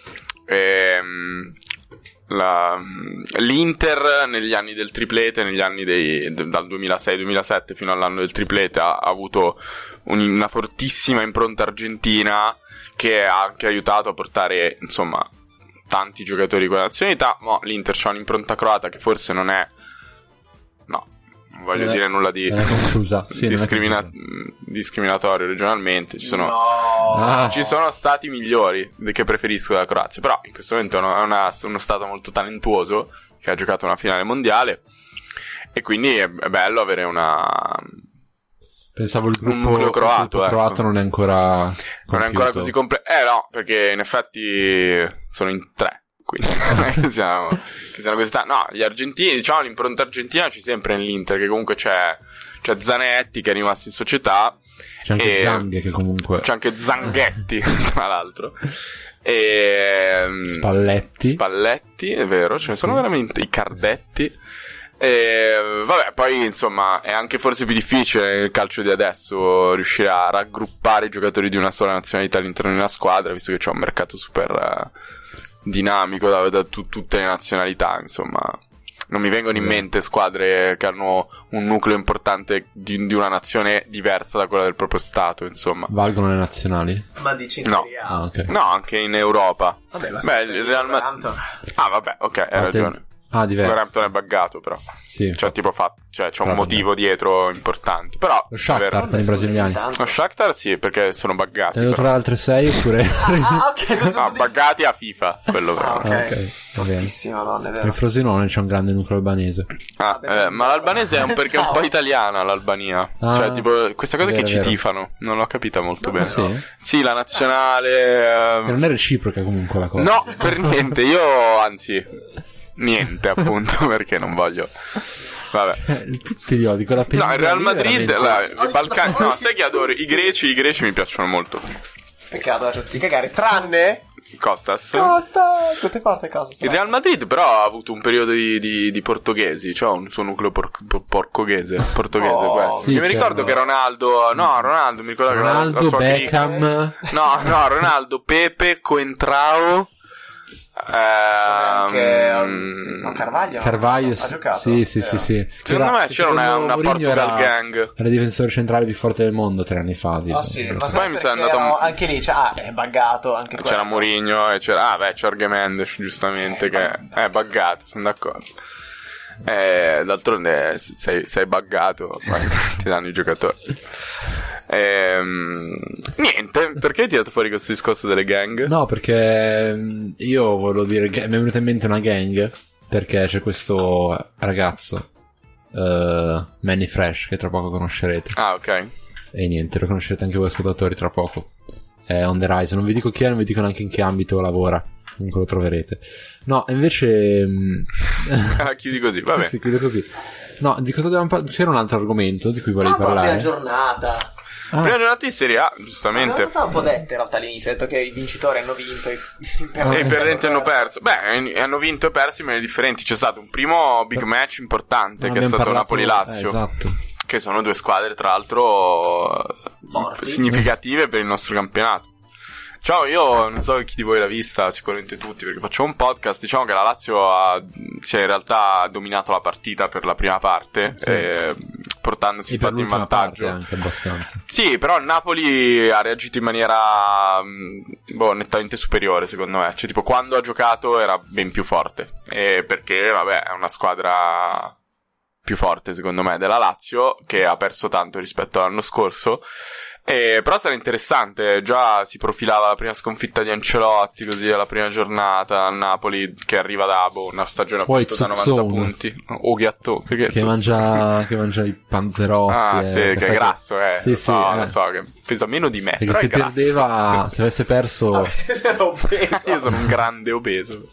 Ehm, la, l'Inter negli anni del triplete, negli anni dei, dal duemilasei duemilasette fino all'anno del triplete ha, ha avuto un, una fortissima impronta argentina che ha anche aiutato a portare insomma tanti giocatori con la nazionalità. Ma l'Inter c'ha un'impronta croata che forse non è, no, non voglio Non è- dire nulla di non è conclusa. Sì, non è discrimina- conclusa. discriminatorio regionalmente. Ci sono, No. Ah. ci sono stati migliori che preferisco la Croazia. Però in questo momento è una- è una- uno stato molto talentuoso che ha giocato una finale mondiale. E quindi è, è bello avere una. Pensavo il Un gruppo, nucleo croato, il gruppo ecco. croato non è ancora Non è ancora compiuto. così completo. Eh no, perché in effetti sono in tre. Quindi non è che siamo, che siano così tanti. No, gli argentini, diciamo l'impronta argentina c'è sempre nell'Inter, che comunque c'è, c'è Zanetti che è rimasto in società. C'è anche e- Zanghe che comunque C'è anche Zanghetti, tra l'altro. E Spalletti. Spalletti, è vero, ce ne Sì. sono veramente i Cardetti. E vabbè, poi insomma è anche forse più difficile nel calcio di adesso riuscire a raggruppare i giocatori di una sola nazionalità all'interno di una squadra, visto che c'è un mercato super eh, dinamico da, da tu- tutte le nazionalità. Insomma, non mi vengono in Sì. mente squadre che hanno un nucleo importante di, di una nazione diversa da quella del proprio stato. Insomma, Valgono le nazionali? Ma dici in No. Serie A? Ah, ok. no, anche in Europa. Vabbè, ma Beh, il Real Ma- Wolverhampton. Ah, vabbè, ok, hai Ah, te- ragione. Ah, diverso. Wolverhampton è buggato, però. Sì. Cioè, tipo, fa... cioè, c'è un Però motivo dietro importante. Però, Lo Shakhtar vero. per i brasiliani. Tanto. Lo Shakhtar sì, perché sono buggati. Te ne devo Però. trovare altre sei oppure... Ah, ok, tutto, tutto No, di- buggati a FIFA, quello Ah, vero. Ah, ok, va bene. Fortissima, Madonna, è vero. Nel Frosinone c'è un grande nucleo albanese. Ah, Vabbè, eh, ma l'albanese è un perché è un po' Pensavo. italiana l'Albania. Ah, Cioè, tipo, questa cosa vero, che ci vero. tifano. Non l'ho capita molto No, bene. Sì? Sì, la nazionale. E eh, non è reciproca comunque la cosa. No, per niente. Io, anzi, niente, appunto, perché non voglio. Vabbè. Eh, tutti gli odi, quella No, penisola il Real lì Madrid, veramente- la- i Balcani. No, sai chi adoro? I greci, i greci mi piacciono molto. Peccato, lasciati di cagare. Tranne Costas. Costa. Siete forte Costa. Il Real Madrid però ha avuto un periodo di, di, di portoghesi, cioè un suo nucleo por- por- portoghese, portoghese Oh, questo. sì, Io mi ricordo certo. che Ronaldo, no, Ronaldo, mi ricordo che la- la Ronaldo, sua clique- Beckham... No, no, Ronaldo, Pepe, Coentrao. anche ehm, no, Carvaglio. Carvaglio, ha giocato. sì, sì, Eh. sì, sì. Secondo me c'era una, secondo una Mourinho Portugal era, gang. era il difensore centrale più forte del mondo tre anni fa. tipo. Ah sì, ma Poi sai mi perché sa è andato- erano- anche lì cioè, ah, è buggato anche C'era quello. Mourinho e c'era. Ah, beh, c'è Jorge Mendes, giustamente, Eh, che è buggato, sono d'accordo. Eh, d'altronde, se sei, sei buggato, poi ti danno i giocatori. Ehm, niente, perché hai tirato fuori questo discorso delle gang? No, perché mm, io volevo dire, che mi è venuta in mente una gang, perché c'è questo ragazzo, uh, Manny Fresh, che tra poco conoscerete. Ah, ok. E niente, lo conoscerete anche voi ascoltatori tra poco. È on the rise, non vi dico chi è, non vi dico neanche in che ambito lavora. Comunque lo troverete. No, invece... mm, Ah, chiudi così, vabbè. sì, sì, chiudo così. No, di cosa dobbiamo parlare? C'era un altro argomento di cui volevi Ah, ma la parlare? prima giornata. Ah, Prima giornata di Serie A, Ma giustamente. in realtà un po' dette in realtà all'inizio, ha detto che i vincitori hanno vinto e i E i perdenti hanno perso. Beh, e hanno vinto e perso in maniere differenti. C'è stato un primo big match importante, non che è abbiamo stato parlato- Napoli-Lazio. eh, esatto. Che sono due squadre, tra l'altro, Forti. significative per il nostro campionato. Ciao, io non so chi di voi l'ha vista, sicuramente tutti, perché facciamo un podcast. Diciamo che la Lazio ha, si è in realtà dominato la partita per la prima parte, Sì. eh, portandosi E per infatti in l'ultima vantaggio. parte anche abbastanza. Sì, però il Napoli ha reagito in maniera mh, boh, nettamente superiore, secondo me. Cioè, tipo, quando ha giocato era ben più forte. E perché, vabbè, è una squadra più forte, secondo me, della Lazio, che ha perso tanto rispetto all'anno scorso. E, però sarà interessante, già si profilava la prima sconfitta di Ancelotti, così alla prima giornata, al Napoli, che arriva da boh, una stagione Poi appunto da novanta Zuzzone. punti. O Ghiatto, che, che, Che Zuzzone? mangia, che mangia i panzerotti. Ah, eh, sì, che che fa è grasso, eh. Sì, lo sì, so, eh. lo so, che pesa meno di me. Perché però se è grasso. perdeva, se avesse perso, Sono obeso. Io sono un grande obeso.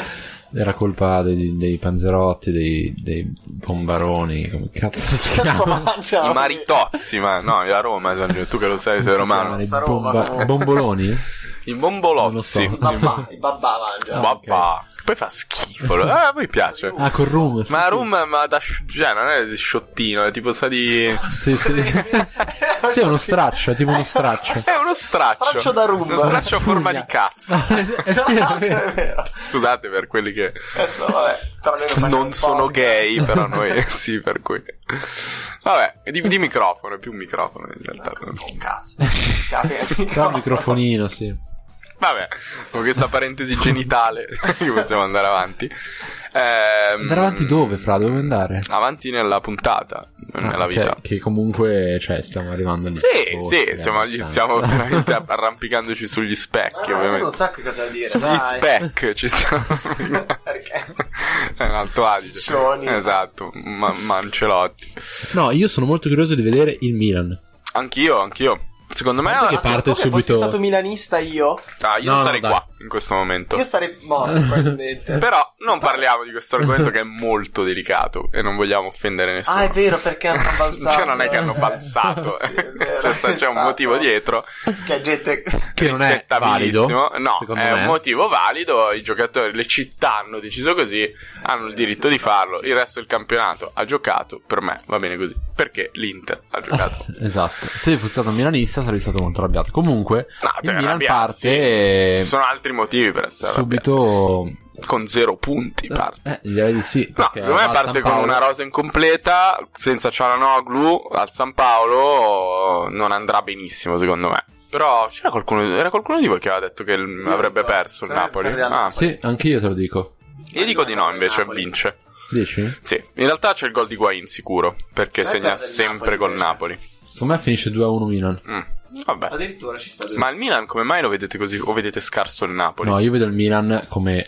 era colpa dei, dei panzerotti, dei, dei bombaroni, come cazzo si Cazzo chiama? mangia. I maritozzi, ma no, la Roma, tu che lo sai, sei romano. I Sta roba, bomba- comunque. bomboloni? I bombolozzi. Non I babà, i babà mangia. Ah, Babà. Poi fa schifo. Eh, a voi piace. Ah, con rum. Sì, Ma sì. rum, ma da sci- cioè, non è di sciottino, è tipo sa di. Sì, sì. Sì, è uno straccio, è tipo uno straccio. È uno straccio. Straccio da rum. Uno straccio a forma di cazzo. È Tra vero, è l'altro vero. è vero. Scusate per quelli che Adesso, vabbè, però noi facciamo non un sono podcast. gay, però noi sì, per cui. Vabbè, di, di microfono, è più un microfono in realtà. Un cazzo. Capi? Però il microfonino, sì. Vabbè, con questa parentesi genitale possiamo andare avanti. Eh, andare avanti dove, Fra? Dove andare? Avanti nella puntata, nella ah, vita. Cioè, che comunque, cioè, stiamo arrivando lì. Sì, sì, stiamo, gli stiamo veramente arrampicandoci sugli specchi. Ma ovviamente. non so che cosa dire. Sugli dai. spec ci stiamo. Perché? È un Alto Adige. Cioni. Esatto, ma- Mancelotti. No, io sono molto curioso di vedere il Milan. Anch'io, anch'io. Secondo me Guarda che ah, parte Se subito. fossi stato milanista io, ah, io No, non no, sarei dai. qua in questo momento. io sarei morto probabilmente. Però non parliamo di questo argomento che è molto delicato e non vogliamo offendere nessuno. Ah, è vero, perché hanno balzato. Cioè, non è che hanno balzato, Sì, è vero, c'è, sta- è c'è un stato. motivo dietro. Che gente Che non è valido, rispettabilissimo. No, secondo è me. un motivo valido. I giocatori, le città hanno deciso così, hanno il diritto di farlo. Il resto del campionato ha giocato. Per me va bene così. Perché l'Inter ha giocato. Esatto. Se fossi stato milanista sarei stato molto arrabbiato. Comunque, No, il cioè, Milan arrabbiarsi. parte Ci sono altri motivi per essere subito. arrabbiati. Con zero punti parte. Eh, direi di sì. No, perché secondo me va a parte San con Paolo. una rosa incompleta, senza Cialanoglu al San Paolo non andrà benissimo secondo me. Però c'era qualcuno, era qualcuno di voi che aveva detto che il- avrebbe dico, perso il se no Napoli? perde al Ah, Napoli. Sì, anche io te lo dico. io dico di no invece, Napoli. vince. Dici? Sì, in realtà c'è il gol di Higuain sicuro, perché Se no segna perde il sempre Napoli, col invece. Napoli. Secondo me finisce due a uno Milan. Mm, vabbè. addirittura ci sta. Ma il Milan come mai lo vedete così o vedete scarso il Napoli? No, io vedo il Milan come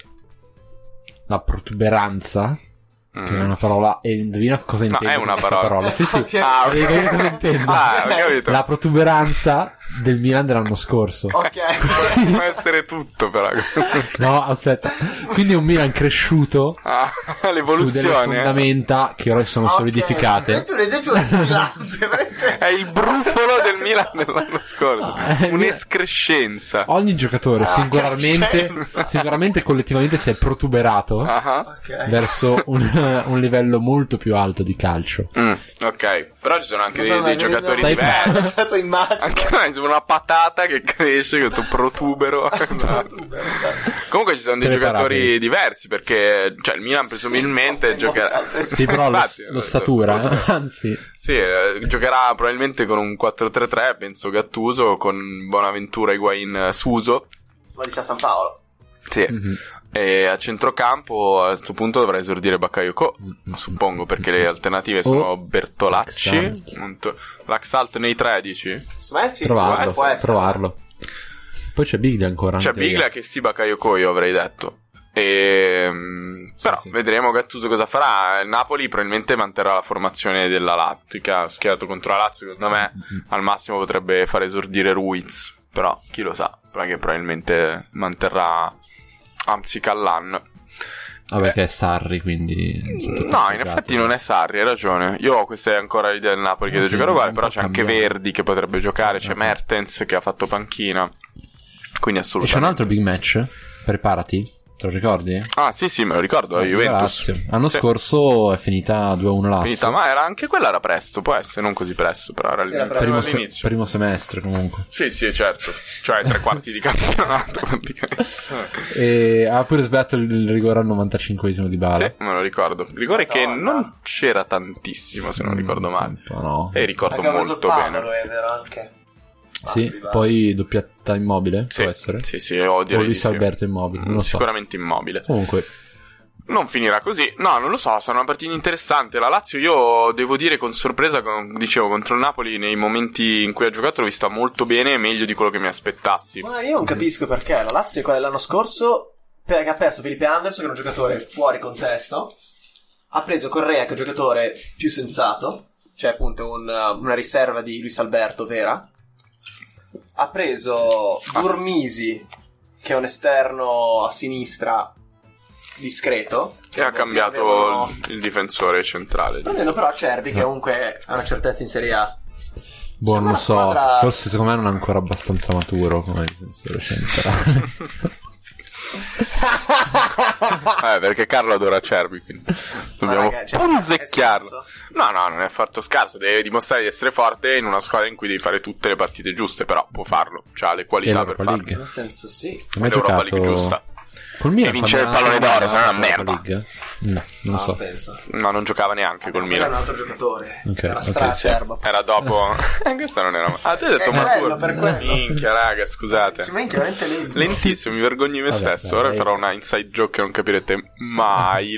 la protuberanza, Mm. che è una parola, e indovina cosa intendo è una con questa parola. Sì, sì. Ah, ok. Indovina cosa intendo. Ah, ho capito. La protuberanza del Milan dell'anno scorso. Ok. Può essere tutto però. No, aspetta. Quindi un Milan cresciuto Ah, su delle l'evoluzione. fondamenta che ora sono Ok, solidificate. metti un esempio brillante, veramente. È il brufolo del Milan dell'anno scorso. Ah, Un'escrescenza. Ogni giocatore Ah, singolarmente, crescenza. singolarmente e collettivamente si è protuberato Ah. Ok. verso un, un livello molto più alto di calcio. Mm, ok, però ci sono anche dei, Madonna, dei vedo- giocatori Stai diversi. È stato immagine. Anche a me sembra una patata che cresce, questo protubero. Comunque ci sono dei Preparatevi. giocatori diversi perché, cioè, il Milan presumibilmente giocherà. Sì, però lo, Infatti, lo statura, anzi, Sì, eh, giocherà probabilmente con un quattro tre tre, penso Gattuso, con Bonaventura, Higuain, Suso. Ma dice a San Paolo. Sì. mhm. E a centrocampo a questo punto dovrà esordire Bakayoko, Mm-mm. suppongo, perché le alternative sono O Bertolacci, Laxalt. Monto- Laxalt nei tredici. Smezzi? provarlo, Può essere. provarlo. Poi c'è Biglia ancora. C'è in teoria. Biglia che sì, Bakayoko io avrei detto. E, Sì, però sì. vedremo Gattuso cosa farà. Il Napoli probabilmente manterrà la formazione della Lazio, che ha schierato contro la Lazio. Secondo me Mm-mm. al massimo potrebbe far esordire Ruiz, però chi lo sa, perché probabilmente manterrà Anzi Callan. Vabbè, Eh. che è Sarri, quindi. No, in effetti non è Sarri, hai ragione. Io ho questa è ancora l'idea del Napoli che Eh deve sì, giocare uguale, un però po' c'è anche cambiato. Verdi che potrebbe giocare, c'è Ok. Mertens che ha fatto panchina. Quindi E c'è un assolutamente. altro big match? Preparati, te lo ricordi? Ah, sì, sì, me lo ricordo, la Juventus. Lazio. L'anno Sì. scorso è finita due a uno Lazio. Finita, ma era anche quella era presto, può essere, non così presto, però era, Sì, era era primo, se- all'inizio. primo semestre comunque. Sì, sì, certo. Cioè tre quarti di campionato praticamente. E ha pure sbagliato il il rigore al novantacinquesimo di Bala. Sì, me lo ricordo. Rigore che Madonna. non c'era tantissimo, se non ricordo male. Mm, no. E ricordo Anche ha preso il molto palo, bene. lo è vero anche. Sì, Basta, poi doppietta Immobile, Sì, può essere. sì, sì, ho O direi di Luis sì. Alberto Immobile, non lo so. Sicuramente Immobile. Comunque, Non finirà così. No, non lo so, sarà una partita interessante. La Lazio, io devo dire con sorpresa, con- dicevo, contro il Napoli, nei momenti in cui ha giocato l'ho vista molto bene, meglio di quello che mi aspettassi. Ma io non capisco perché la Lazio è quella dell'anno scorso, perché ha perso Felipe Anderson, che è un giocatore fuori contesto, ha preso Correa, che è un giocatore più sensato, cioè appunto un- una riserva di Luis Alberto vera, ha preso Durmisi, che è un esterno a sinistra discreto, E ha cambiato avevano- il, il difensore centrale. prendendo però Acerbi, che comunque ha una certezza in Serie A. boh, non lo una so. squadra- Forse secondo me non è ancora abbastanza maturo come difensore centrale. Eh, perché Carlo adora Cerbi, quindi dobbiamo raga, cioè, punzecchiarlo. è scarso? No, no, non è affatto scarso. Deve dimostrare di essere forte in una squadra in cui devi fare tutte le partite giuste. Però può farlo, ha le E qualità per l'Europa farlo. League. Nel senso sì. Non hai L'Europa giocato League giusta. Col Milan e vince il quando pallone era d'oro, se no è una Europa merda. League? No, non No, so. penso. No, non giocava neanche col Quello era Milan. un altro giocatore. Ok, Era ok, stra Sì, sì. serbo. Era dopo. Eh, questo non era. Ah, tu hai detto È quello, maturo. per quello. Minchia, raga, scusate. Sì, minchia, veramente lento. Lentissimo, mi vergogno di me Vabbè, stesso. dai, Ora dai. farò una inside joke che non capirete mai.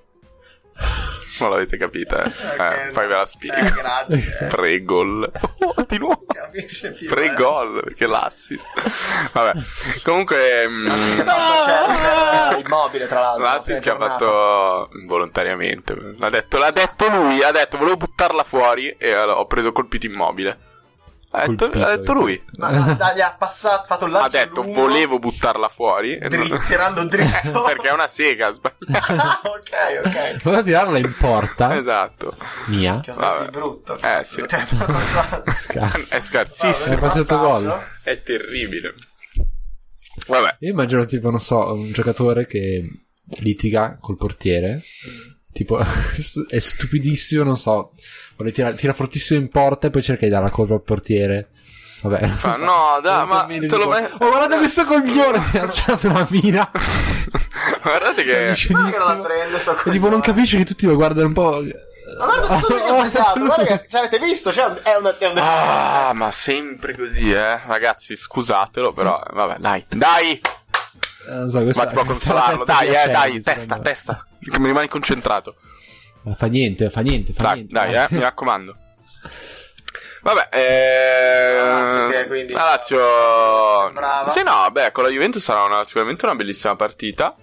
Non l'avete capita, eh? Ok, eh poi ve la spiego. Eh, grazie. Pre-gol. Oh, di nuovo. Capisce più. Pre-gol, perché l'assist. Vabbè, comunque. mm, Eh. No, c'è immobile tra l'altro. L'assist che ha appena fatto involontariamente. L'ha detto, l'ha detto lui. Ha detto, volevo buttarla fuori e ho preso colpito Immobile. Ha detto, Colpito, ha detto lui. Ma dai, gli ha passato, fatto il Ha lancio detto, lungo, volevo buttarla fuori. E dri- non- tirando dritto. Perché è una sega, sbagliata. Ah, ok, ok. Voleva tirarla in porta Esatto. mia. Che Vabbè. smetti brutto. Eh, sì. Lo tiene per la- Scarso. È scarsissimo. È passato gol. È terribile. Vabbè. Io immagino tipo, non so, un giocatore che litiga col portiere. Tipo, è stupidissimo, non so. Vuole tirare, tira fortissimo in porta e poi cerca di dare la colpa al portiere. Vabbè. Fa, no, dai, ma te lo vai- Oh, guardate questo coglione! Mi ha sparato una mira. Guardate che. Ma che non la prende sto E tipo, coglione. non capisce che tutti lo guardano un po'. Ma guarda sto coglione che ha pensato, guarda che, cioè, avete visto? Cioè, è un, è un Ah, ma sempre così, eh. Ragazzi, scusatelo, però. Vabbè, dai. Dai! Eh, non so, questa, Ma ti può questa è la consolarlo, testa dai, di eh, Acerbi, dai, secondo testa, me. testa. Che mi rimani concentrato. Ma fa niente, fa niente, fa Dai, niente. dai, eh, mi raccomando. Vabbè, eh... La Lazio che quindi- la Lazio... Brava. Sì, no, beh, con la Juventus sarà una, sicuramente una bellissima partita.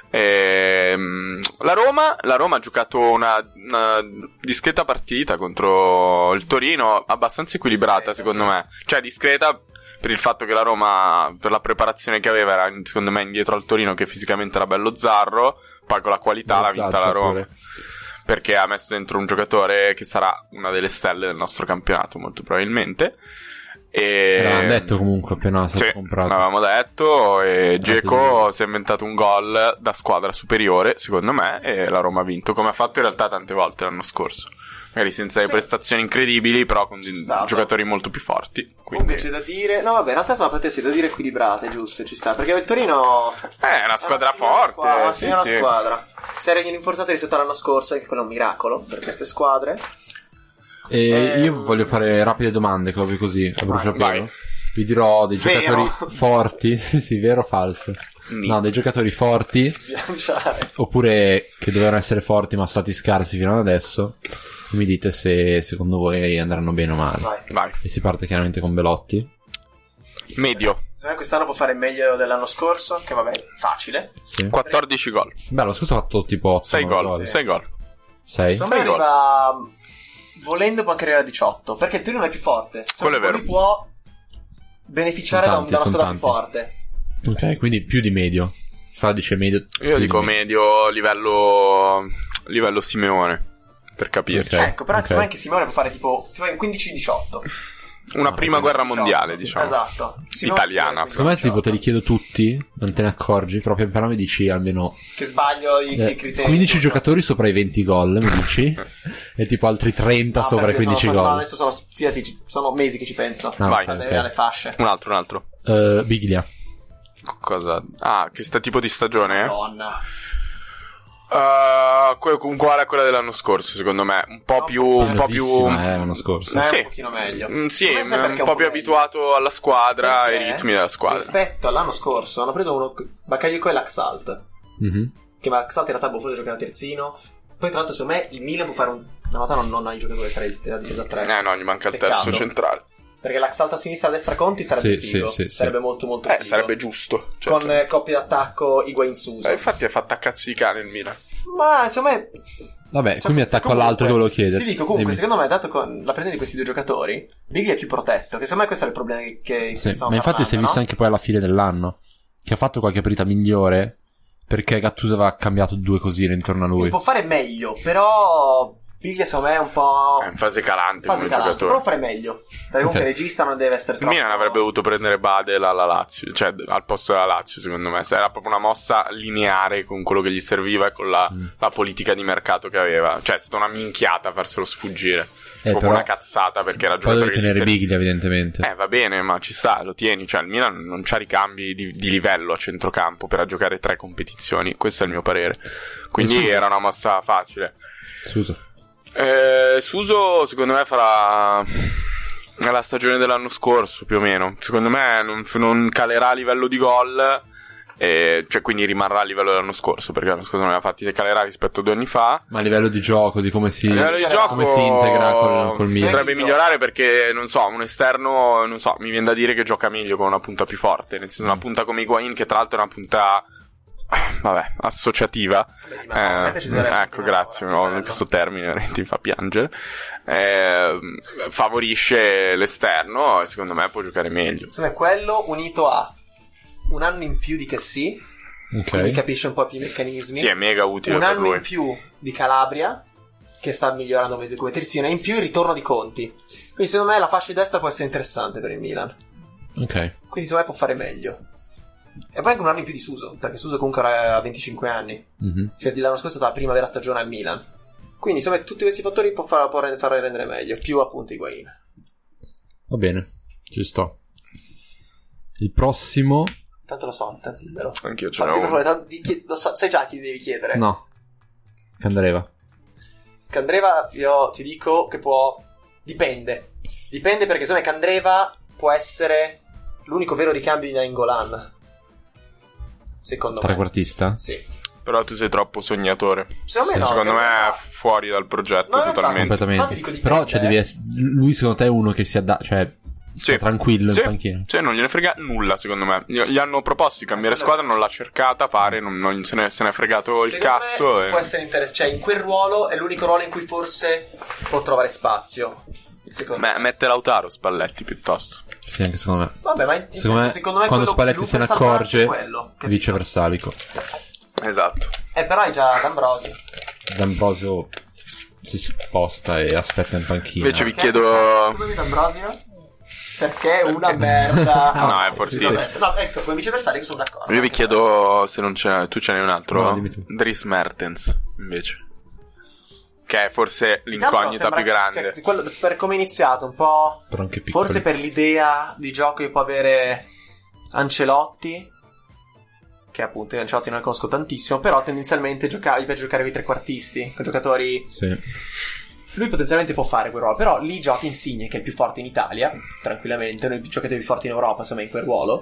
Ehm, la Roma la Roma ha giocato una, una discreta partita contro il Torino, abbastanza equilibrata, Discreta, secondo sì. me. Cioè, discreta per il fatto che la Roma, per la preparazione che aveva, era secondo me indietro al Torino, che fisicamente era bello zarro. Poi con la qualità l'ha vinta la Roma, Pure. perché ha messo dentro un giocatore che sarà una delle stelle del nostro campionato, molto probabilmente. E... L'avevamo detto comunque appena stato Sì, comprato. l'avevamo detto. E Grazie Dzeko mille. si è inventato un gol da squadra superiore, secondo me, e la Roma ha vinto, come ha fatto in realtà tante volte l'anno scorso. Magari senza le Sì. prestazioni incredibili, però con Ci di- sta. giocatori molto più forti. Comunque Quindi c'è da dire. No, vabbè, in realtà sono partite da dire equilibrate, giusto? Ci sta. Perché il Torino Eh, è una squadra una signora forte. squadra, una sì, signora sì. squadra. Si era rinforzata rispetto all'anno scorso, anche quello è un miracolo per queste squadre. E Eh, io voglio fare rapide domande, proprio così, a bruciapelo. vai. Vi dirò dei Vero? giocatori forti. Sì, sì, vero o falso? Ni. No, dei giocatori forti, Sbilanciare. oppure che dovevano essere forti ma sono stati scarsi fino ad adesso. E mi dite se secondo voi andranno bene o male. Vai. Vai. E si parte chiaramente con Belotti. Medio. Secondo me quest'anno può fare meglio dell'anno scorso, che vabbè, facile. Sì. quattordici gol. Beh, lo scorso ha fatto tipo otto sei gol. sì. sei gol. sei. Secondo me Sei gol. arriva. Volendo può anche arrivare a diciotto. Perché il Torino è più forte. Quello è vero. Lui può beneficiare Sono da, un- tanti, da una sono squadra più forte. Ok, quindi più di medio. Fa dice medio. Io più dico di medio livello livello Simeone, per capirci. Ok. Ecco, però ok. secondo me anche Simone può fare tipo, tipo in quindici diciotto. Una No, prima ok. guerra mondiale, diciotto, sì, diciamo. Esatto. Simone- Italiana. Secondo me tipo te li diciotto. chiedo tutti, non te ne accorgi, proprio però mi dici almeno Che sbaglio i, eh, i criteri. quindici tutto. giocatori sopra i venti gol, mi dici? E tipo altri trenta No, sopra i perché quindici sono, sono, gol. adesso sono, fidati, ci- sono mesi che ci penso. Ah, Vai. ok, Alle, ok. alle fasce. Un altro, un altro. Eh, Biglia. Cosa? Ah, che sta tipo di stagione? Eh? Madonna. Uh, que- uguale a quella dell'anno scorso, secondo me. Un po' No, più. Un po' più. Famosissima, eh, l'anno scorso. Eh, Sì. un pochino meglio. Mm, sì, Secondo me sai un perché è po' più meglio? abituato alla squadra e Perché ai ritmi della squadra. Rispetto all'anno scorso hanno preso uno Bakayoko e l'Axalt. Mhm. Che L'Axalt in realtà può forse giocare a terzino. Poi tra l'altro secondo me il Milan può fare un... In realtà non, non ha i giocatori tre di difesa tre. Eh no, gli manca il Peccato. terzo centrale. Perché l'Axalt a sinistra e a destra Conti sarebbe Sì, figo. sì, sì, sarebbe sì. molto molto Eh, figo. sarebbe giusto. Cioè, Con se- eh, coppia d'attacco Higuain Suso. Eh, infatti è fatta a cazzo di cane il Milan. Ma secondo me Vabbè, cioè, qui mi attacco comunque, all'altro che volevo chiedere. Ti dico comunque, Dimmi. secondo me, dato con la presenza di questi due giocatori, Biglia è più protetto. Che secondo me questo è il problema che, che Sì, stiamo ma infatti si è parlando, visto no? anche poi alla fine dell'anno che ha fatto qualche partita migliore perché Gattuso aveva cambiato due cosine intorno a lui. Può fare meglio, però Biglia secondo me è un po' È in fase calante fase come calante, giocatore. però fare meglio. Perché comunque il regista non deve essere Il troppo. Milan avrebbe dovuto prendere Badel alla Lazio, cioè al posto della Lazio, secondo me. Se era proprio una mossa lineare con quello che gli serviva e con la, mm. la politica di mercato che aveva. Cioè è stata una minchiata farselo sfuggire. Eh, proprio però una cazzata, perché era poi giocatore devi che tenere gli serv- Biglia, evidentemente. Eh, va bene, ma ci sta, lo tieni. Cioè, il Milan non c'ha ricambi di, di livello a centrocampo per giocare tre competizioni. Questo è il mio parere. Quindi Suso. era una mossa facile. Suso. Eh, Suso, secondo me, farà la stagione dell'anno scorso, più o meno. Secondo me non, non calerà a livello di gol. E cioè, quindi rimarrà a livello dell'anno scorso, perché l'anno scorso non aveva fatti, calerà rispetto a due anni fa. Ma a livello di gioco, di come si, a livello di gioco, come si integra col, col Milan. Potrebbe migliorare, perché non so, un esterno, non so, mi viene da dire che gioca meglio con una punta più forte, nel senso una punta come Higuain, che tra l'altro è una punta, vabbè, associativa. Beh, eh, ecco, grazie, no, questo termine veramente mi fa piangere. Eh, favorisce l'esterno e secondo me può giocare meglio. Insomma, quello unito a un anno in più di che sì, Ok. quindi capisce un po' più i meccanismi. Sì, è mega utile Un per anno lui. in più di Calabria, che sta migliorando come terzino, e in più il ritorno di Conti. Quindi secondo me la fascia di destra può essere interessante per il Milan. Ok. Quindi secondo me può fare meglio. E poi anche un anno in più di Suso, perché Suso comunque ora ha venticinque anni. Mm-hmm. Cioè l'anno scorso è stata la prima vera stagione al Milan. Quindi insomma tutti questi fattori può far, può far rendere meglio. Più appunto Higuain. Va bene, ci sto. Il prossimo... Tanto lo so, tanto libero. Anch'io ce n'ho Tanto uno. per favore, tanto di- lo so, sai già chi devi chiedere. No. Candreva. Candreva, io ti dico che può... Dipende. Dipende perché secondo me Candreva può essere l'unico vero ricambio di Nainggolan. Secondo me. Trequartista? Sì. Però tu sei troppo sognatore. Secondo me Sì, no. Secondo me Candreva- è fuori dal progetto No, no, totalmente. Completamente. infatti dico dipende, Però cioè, eh. devi essere... lui secondo te è uno che si adatta, cioè sta Sì. tranquillo Sì. in panchina. Cioè, non gliene frega nulla, secondo me. Gli gli hanno proposto di cambiare squadra, non l'ha cercata, pare, non, non se, ne, se ne è fregato il Secondo cazzo. me E... può essere interessante. Cioè in quel ruolo è l'unico ruolo in cui forse può trovare spazio. Secondo Beh, mette Lautaro Spalletti piuttosto. Sì, anche secondo me. Vabbè, ma in Secondo me, senso, secondo me quando quello Spalletti più se ne per salvarsi accorge, è quello, capito? vice Versalico. Esatto. Eh, però hai già D'Ambrosio. D'Ambrosio si sposta e aspetta in panchina. Invece vi Perché- chiedo... Scusami, D'Ambrosio? Perché è una merda. No, è Sì, fortissimo. vabbè. No, ecco, come vice Versalico sono d'accordo. Io vi chiedo se non c'è... Tu ce n'hai un altro? No, dimmi tu. Dries Mertens, invece. Che è forse Più che altro l'incognita sembra- più grande. cioè, quello- per come è iniziato, un po'... Però anche piccoli. Forse per l'idea di gioco che può avere Ancelotti, che appunto io Ancelotti non ne conosco tantissimo, però tendenzialmente gioca- gli piace giocare con i trequartisti, con giocatori... Sì. Lui potenzialmente può fare quel ruolo, però lì giochi Insigne, che è il più forte in Italia, tranquillamente, uno dei giocatori più forti in Europa, insomma, in quel ruolo.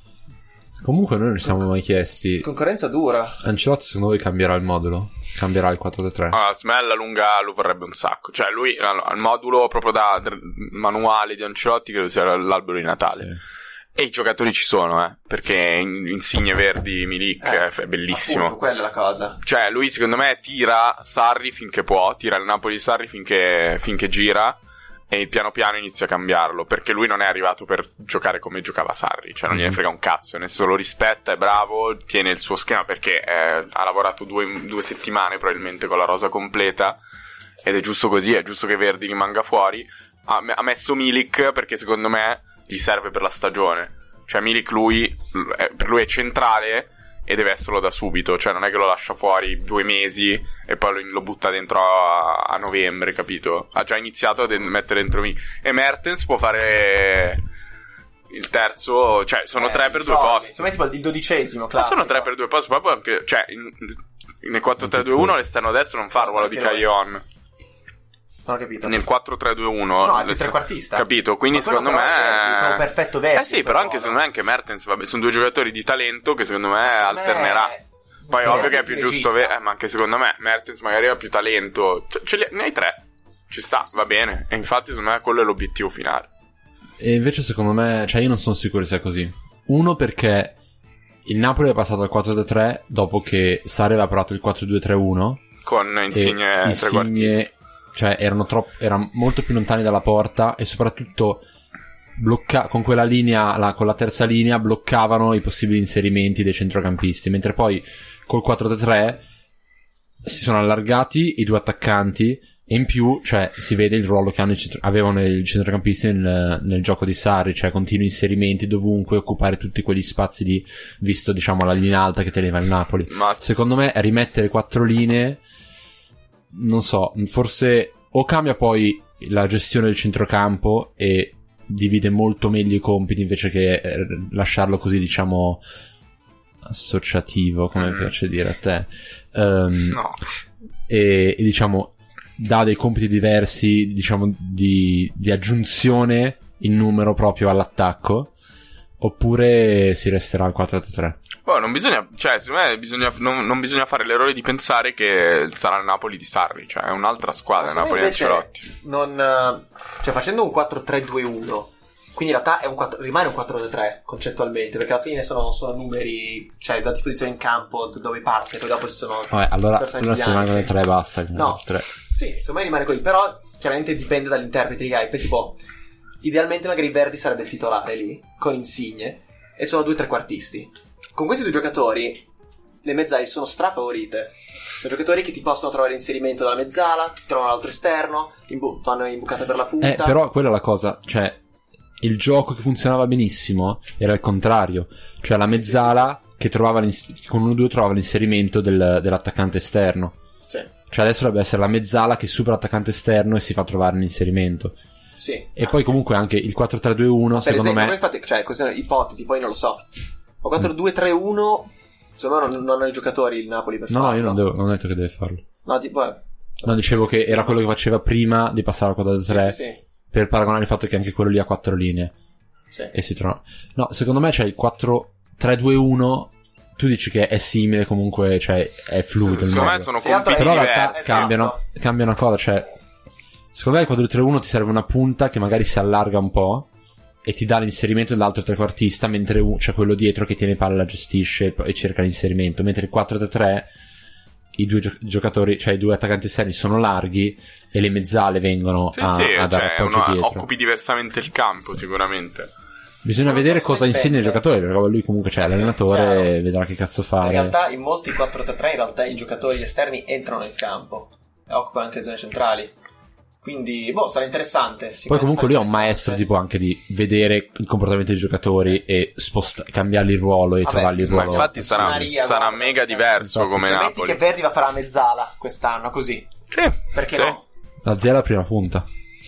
Comunque noi non ci siamo mai chiesti. Concorrenza dura. Ancelotti secondo voi cambierà il modulo? Cambierà il quattro tre tre? Ah, Smell a lunga lo vorrebbe un sacco. Cioè, lui al modulo proprio da da manuale di Ancelotti credo sia l'albero di Natale. Sì. E i giocatori ci sono, eh. Perché in- Insigne Verdi, Milik Eh, è bellissimo. Appunto, quella è la cosa. Cioè, lui secondo me tira Sarri finché può, tira il Napoli di Sarri finché, finché gira. E piano piano inizia a cambiarlo, perché lui non è arrivato per giocare come giocava Sarri, cioè non gliene frega un cazzo, nel senso lo rispetta, è bravo, tiene il suo schema perché eh, ha lavorato due, due settimane probabilmente con la rosa completa ed è giusto così, è giusto che Verdi rimanga fuori. Ha, ha messo Milik perché secondo me gli serve per la stagione, cioè Milik lui, è, per lui è centrale e deve esserlo da subito, cioè non è che lo lascia fuori due mesi e poi lo, lo butta dentro a, a novembre, capito? Ha già iniziato a de- mettere dentro Milik. E Mertens può fare il terzo, cioè sono Eh, tre per due so, posti. Insomma, tipo il dodicesimo, Ma classico. sono tre per due posti, proprio anche, cioè in, nel quattro tre due uno l'esterno destro non fa il ruolo di Anche noi. Caillon. Non ho capito. Nel quattro tre due uno No, è il l'esterno- trequartista. capito? Quindi Ma quello secondo però è Verdi, me quello perfetto Verdi, Eh sì, però anche quello. secondo me anche Mertens, vabbè, sono due giocatori di talento che secondo me Secondo me- alternerà. Poi Verdi ovvio che è il più regista. giusto, ve- eh, ma anche secondo me Mertens magari ha più talento. Cioè, ce li- ne hai tre. Ci sta, va bene. E infatti secondo me quello è l'obiettivo finale. E invece secondo me, cioè io non sono sicuro sia così. Uno perché il Napoli è passato al quattro tre tre dopo che Sarri aveva provato il quattro due tre uno. Con Insigne e trequartisti. Insigne, cioè erano troppo, erano molto più lontani dalla porta e soprattutto blocca- con quella linea, la, con la terza linea bloccavano i possibili inserimenti dei centrocampisti, mentre poi col quattro tre tre si sono allargati i due attaccanti E in più, cioè, si vede il ruolo che hanno i centro- avevano i centrocampisti nel, nel gioco di Sarri, cioè continui inserimenti dovunque, occupare tutti quegli spazi lì, visto, diciamo, la linea alta che teneva il Napoli. Ma Secondo me, rimettere quattro linee, non so, forse o cambia poi la gestione del centrocampo e divide molto meglio i compiti invece che eh, lasciarlo così, diciamo, associativo, come Mm. piace dire a te. Ehm, no. e, e diciamo dà dei compiti diversi, diciamo di, di aggiunzione in numero proprio all'attacco, oppure si resterà al quattro tre tre. Poi non bisogna, cioè, secondo me bisogna, non, non bisogna fare l'errore di pensare che sarà il Napoli di Sarri, cioè è un'altra squadra, il Secondo me Napoli di invece Ancelotti. non, eh, cioè facendo un quattro tre due uno, quindi in realtà è un quattro, rimane un quattro tre tre concettualmente, perché alla fine sono, sono numeri, cioè da disposizione in campo dove parte, poi dopo ci sono Vabbè, allora, personaggi allora se bianchi. rimangono tre basta. No. tre. Sì, secondo me rimane così, però chiaramente dipende dagli interpreti di Gaipe, tipo idealmente magari Verdi sarebbe il titolare lì, con Insigne, e sono due trequartisti. Con questi due giocatori le mezzali sono strafavorite. Sono giocatori che ti possono trovare l'inserimento dalla mezzala, ti trovano l'altro esterno, imbu- fanno imbucata per la punta. Eh, però quella è la cosa, cioè il gioco che funzionava benissimo era il contrario, cioè la Sì, mezzala che trovava l'ins- con uno due trovava l'inserimento del, dell'attaccante esterno. Sì, Cioè adesso dovrebbe essere la mezzala che supera l'attaccante esterno e si fa trovare l'inserimento. sì. E poi comunque anche il quattro tre due uno Per secondo esempio, me voi fate, cioè, queste sono ipotesi, poi non lo so. Ma quattro due tre uno, secondo me non, non hanno i giocatori il Napoli per No, farlo. io non, devo, non ho detto che deve farlo. No, tipo, eh, No, dicevo che era quello che faceva prima di passare al quattro tre, sì, sì, sì. per paragonare il fatto che anche quello lì ha quattro linee Sì. e si trova. No, secondo me c'è il quattro tre due uno. Tu dici che è simile comunque, cioè è fluido. il Secondo me modo. sono Che altro è compiti Però in realtà diversi. Esatto. cambiano, cambia una cosa, cioè secondo me il quattro tre uno ti serve una punta che magari si allarga un po' e ti dà l'inserimento dell'altro trequartista, mentre u- c'è quello dietro che tiene palla, la gestisce e, e cerca l'inserimento, mentre il quattro tre tre i due gio- giocatori, cioè i due attaccanti esterni sono larghi e le mezzale vengono Sì, a, sì, a dare cioè appoggio uno- dietro. occupi diversamente il campo, sicuramente. Bisogna Non lo vedere so, cosa dipende. insegna il giocatore, perché lui comunque c'è Sì, l'allenatore, chiaro. vedrà che cazzo In fare. realtà in molti quattro tre tre in realtà i giocatori esterni entrano nel campo e occupano anche le zone centrali. Quindi, boh, sarà interessante. Poi comunque lui è un Sicuramente maestro sarà tipo anche di vedere il comportamento dei giocatori Sì. e sposta- cambiargli il ruolo e Vabbè, trovargli il Ma ruolo. infatti sarà, Maria, sarà guarda, mega diverso Esatto. come Cioè, metti Napoli. che Verdi va a fare la mezzala quest'anno, così. Sì, Perché sì. no? La Zela prima punta.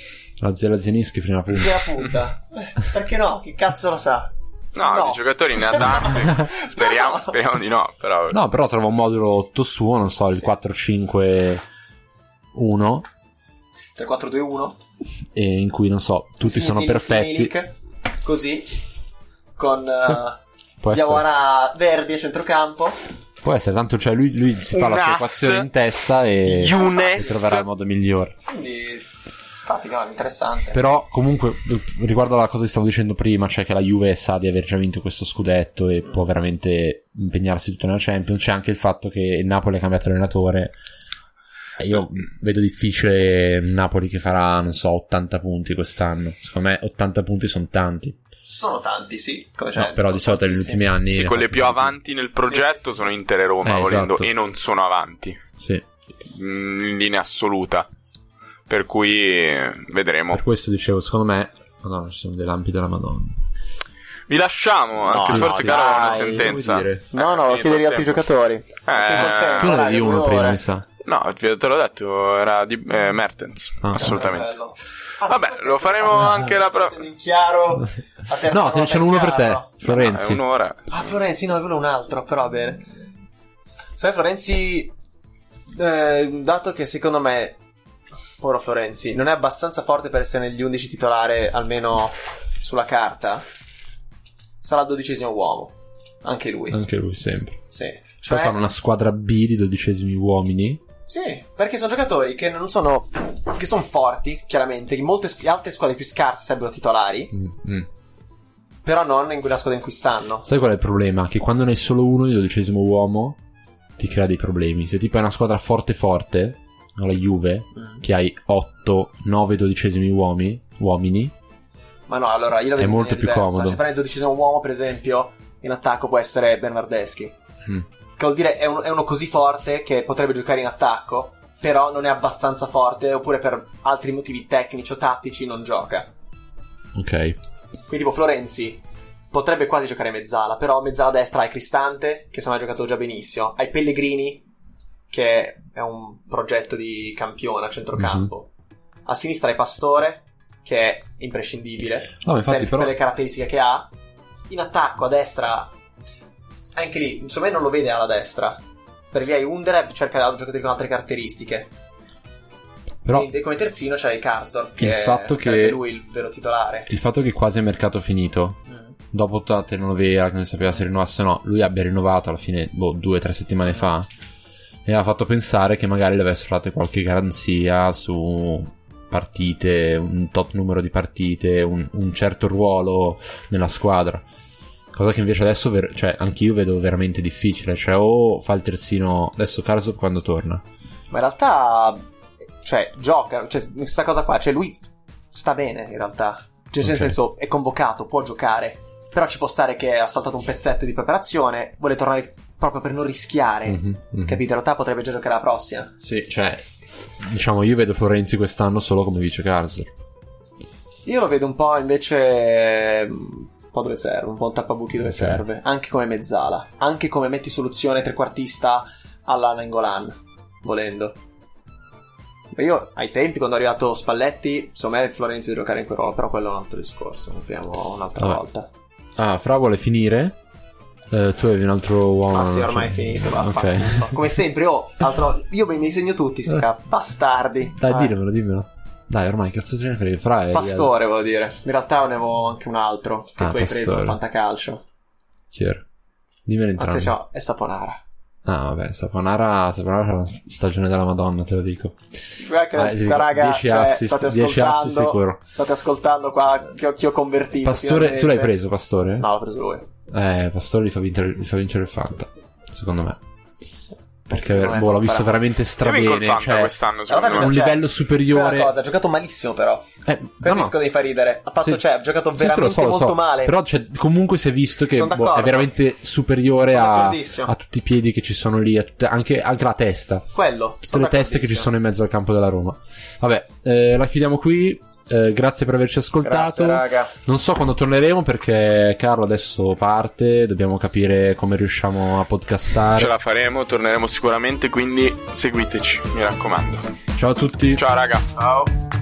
La Zela Zielinski prima punta. Prima punta. Eh, perché no? Che cazzo lo sa? No, No. di giocatori ne ha tanti. Speriamo, No. speriamo di no, però. No, però trova un modulo tutto suo, non so, il Sì. quattro cinque uno, tre quattro due uno. e in cui non so, tutti Sì, sono sì, perfetti. Milik, così. Con Sì, uh, può essere. Diawara Verdi a centrocampo. Può essere, tanto cioè lui, lui si fa Un la sua ass. equazione in testa e, e Younes. troverà il modo migliore. Quindi, infatti, no, interessante. Però comunque riguardo alla cosa che stavo dicendo prima, cioè che la Juve sa di aver già vinto questo scudetto e può veramente impegnarsi tutto nella Champions, c'è anche il fatto che il Napoli ha cambiato allenatore. E io vedo difficile il Napoli che farà, non so, ottanta punti quest'anno. Secondo me ottanta punti sono tanti. Sono tanti, sì. Come No, sempre, però di sono solito negli tantissimi. ultimi anni Sì, ne ha quelle fatti più tanti. avanti nel progetto Sì, sì, sì, sono sì. Inter e Roma, Eh, volendo, esatto. e non sono avanti Sì. in linea assoluta. Per cui eh, vedremo. Per questo dicevo, secondo me, Madonna, ci sono dei lampi della Madonna. Vi lasciamo, anzi no, forse dai, Caro ha una che sentenza. vuoi dire? No, Eh, no, finito chiederei il altri tempo. giocatori. Eh, Tu ne avevi uno prima, mi sa. No, vi- te l'ho detto, era di eh, Mertens, Ah. assolutamente. Bello. Vabbè, lo faremo anche la pro- in chiaro. A terza No, volta te ce n'è in uno per te, chiaro. È Florenzi. un'ora. Ah, Florenzi, no, è quello un altro, però bene. Sai, Florenzi, eh, dato che secondo me, ora Florenzi, non è abbastanza forte per essere negli undici titolare, almeno sulla carta, sarà il dodicesimo uomo. Anche lui. Anche lui, sempre. Sì. Cioè Cioè, fanno una squadra B di dodicesimi uomini. sì, perché sono giocatori che non sono, che sono forti, chiaramente, in molte squ- altre squadre più scarse sarebbero titolari, Mm, mm. però non in quella squadra in cui stanno. Sai qual è il problema? Che quando ne hai solo uno di dodicesimo uomo ti crea dei problemi. Se tipo è una squadra forte forte, no, la Juve, Mm. che hai otto, nove dodicesimi uomini, uomini, Ma no, allora io la vedo È in molto maniera più diversa. comodo. Se prendi il dodicesimo uomo, per esempio, in attacco può essere Bernardeschi. mm. Che vuol dire è, un- è uno così forte che potrebbe giocare in attacco, però non è abbastanza forte, oppure per altri motivi tecnici o tattici non gioca. Ok. Quindi tipo Florenzi potrebbe quasi giocare mezzala, però mezzala a destra hai Cristante, che secondo me ha giocato già benissimo, hai Pellegrini, che è un progetto di campione a centrocampo, mm-hmm. a sinistra hai Pastore, che è imprescindibile, no, infatti, per, però... per le caratteristiche che ha. In attacco a destra, anche lì, insomma non lo vede alla destra, perché lì hai Undereb, cerca giocatori con altre caratteristiche. Però e come terzino c'hai Karsdorp, che il fatto è che lui il vero titolare. Il fatto che quasi è mercato finito, mm. dopo tutta la telenovela che non sapeva se rinnovasse o no, lui abbia rinnovato alla fine, boh, due o tre settimane mm. fa, e ha fatto pensare che magari le avessero dato qualche garanzia su partite, un tot numero di partite, un, un certo ruolo nella squadra. Cosa che invece adesso, ver- cioè, anch'io vedo veramente difficile. Cioè, o fa il terzino adesso Karsdorp quando torna. Ma in realtà, cioè, gioca, cioè, questa cosa qua, cioè, lui sta bene in realtà. Cioè, nel okay. senso, è convocato, può giocare. Però ci può stare che ha saltato un pezzetto di preparazione, vuole tornare proprio per non rischiare. Mm-hmm, mm-hmm. Capite? In realtà potrebbe già giocare la prossima. Sì, cioè, diciamo, io vedo Florenzi quest'anno solo come vice Karsdorp. Io lo vedo un po' invece un po' dove serve, un po' un tappabuchi dove okay. serve, anche come mezzala, anche come metti soluzione trequartista alla Nainggolan, volendo. Io ai tempi, quando è arrivato Spalletti, secondo me Florenzi deve giocare in quel ruolo, però quello è un altro discorso, ne apriamo un'altra Vabbè. volta. Ah, Fra vuole finire? Eh, tu avevi un altro uomo. Ah sì, ormai è finito, va, okay. Come sempre, oh, altro... io me li segno tutti, sti eh. bastardi. Dai, Vai. dimmelo, dimmelo. Dai, ormai cazzo ce ne frega. Fra è Pastore, volevo dire. In realtà ne avevo anche un altro che ah, tu hai Pastore. preso, Fantacalcio. Chiaro. Dimmelo entrambi. Anzi, ciao, è Saponara. Ah, vabbè, Saponara, Saponara è una stagione della Madonna, te lo dico. Guarda che ah, raga, dieci cioè, assist, state ascoltando, sicuro. State ascoltando qua che ho, che ho convertito. Pastore, finalmente. Tu l'hai preso, Pastore? No, l'ho preso lui. Eh, Pastore gli fa vincere, gli fa vincere il Fanta, secondo me. Perché boh, l'ho visto veramente strabene, cioè quest'anno, a un cioè, livello superiore. Cosa, ha giocato malissimo però. Eh, Questo no, no. mi fa ridere. Ha fatto, sì. cioè, ha giocato sì, veramente sì, lo so, molto lo so. male. Però cioè, comunque si è visto che boh, è veramente superiore a, a tutti i piedi che ci sono lì, a tutte, anche, anche la testa. Quello. Tutte le teste che ci sono in mezzo al campo della Roma. Vabbè, eh, la chiudiamo qui. Eh, grazie per averci ascoltato. Grazie, raga. Non so quando torneremo perché Carlo adesso parte, dobbiamo capire come riusciamo a podcastare. Ce la faremo, torneremo sicuramente, quindi seguiteci, mi raccomando. Ciao a tutti. Ciao raga. Ciao.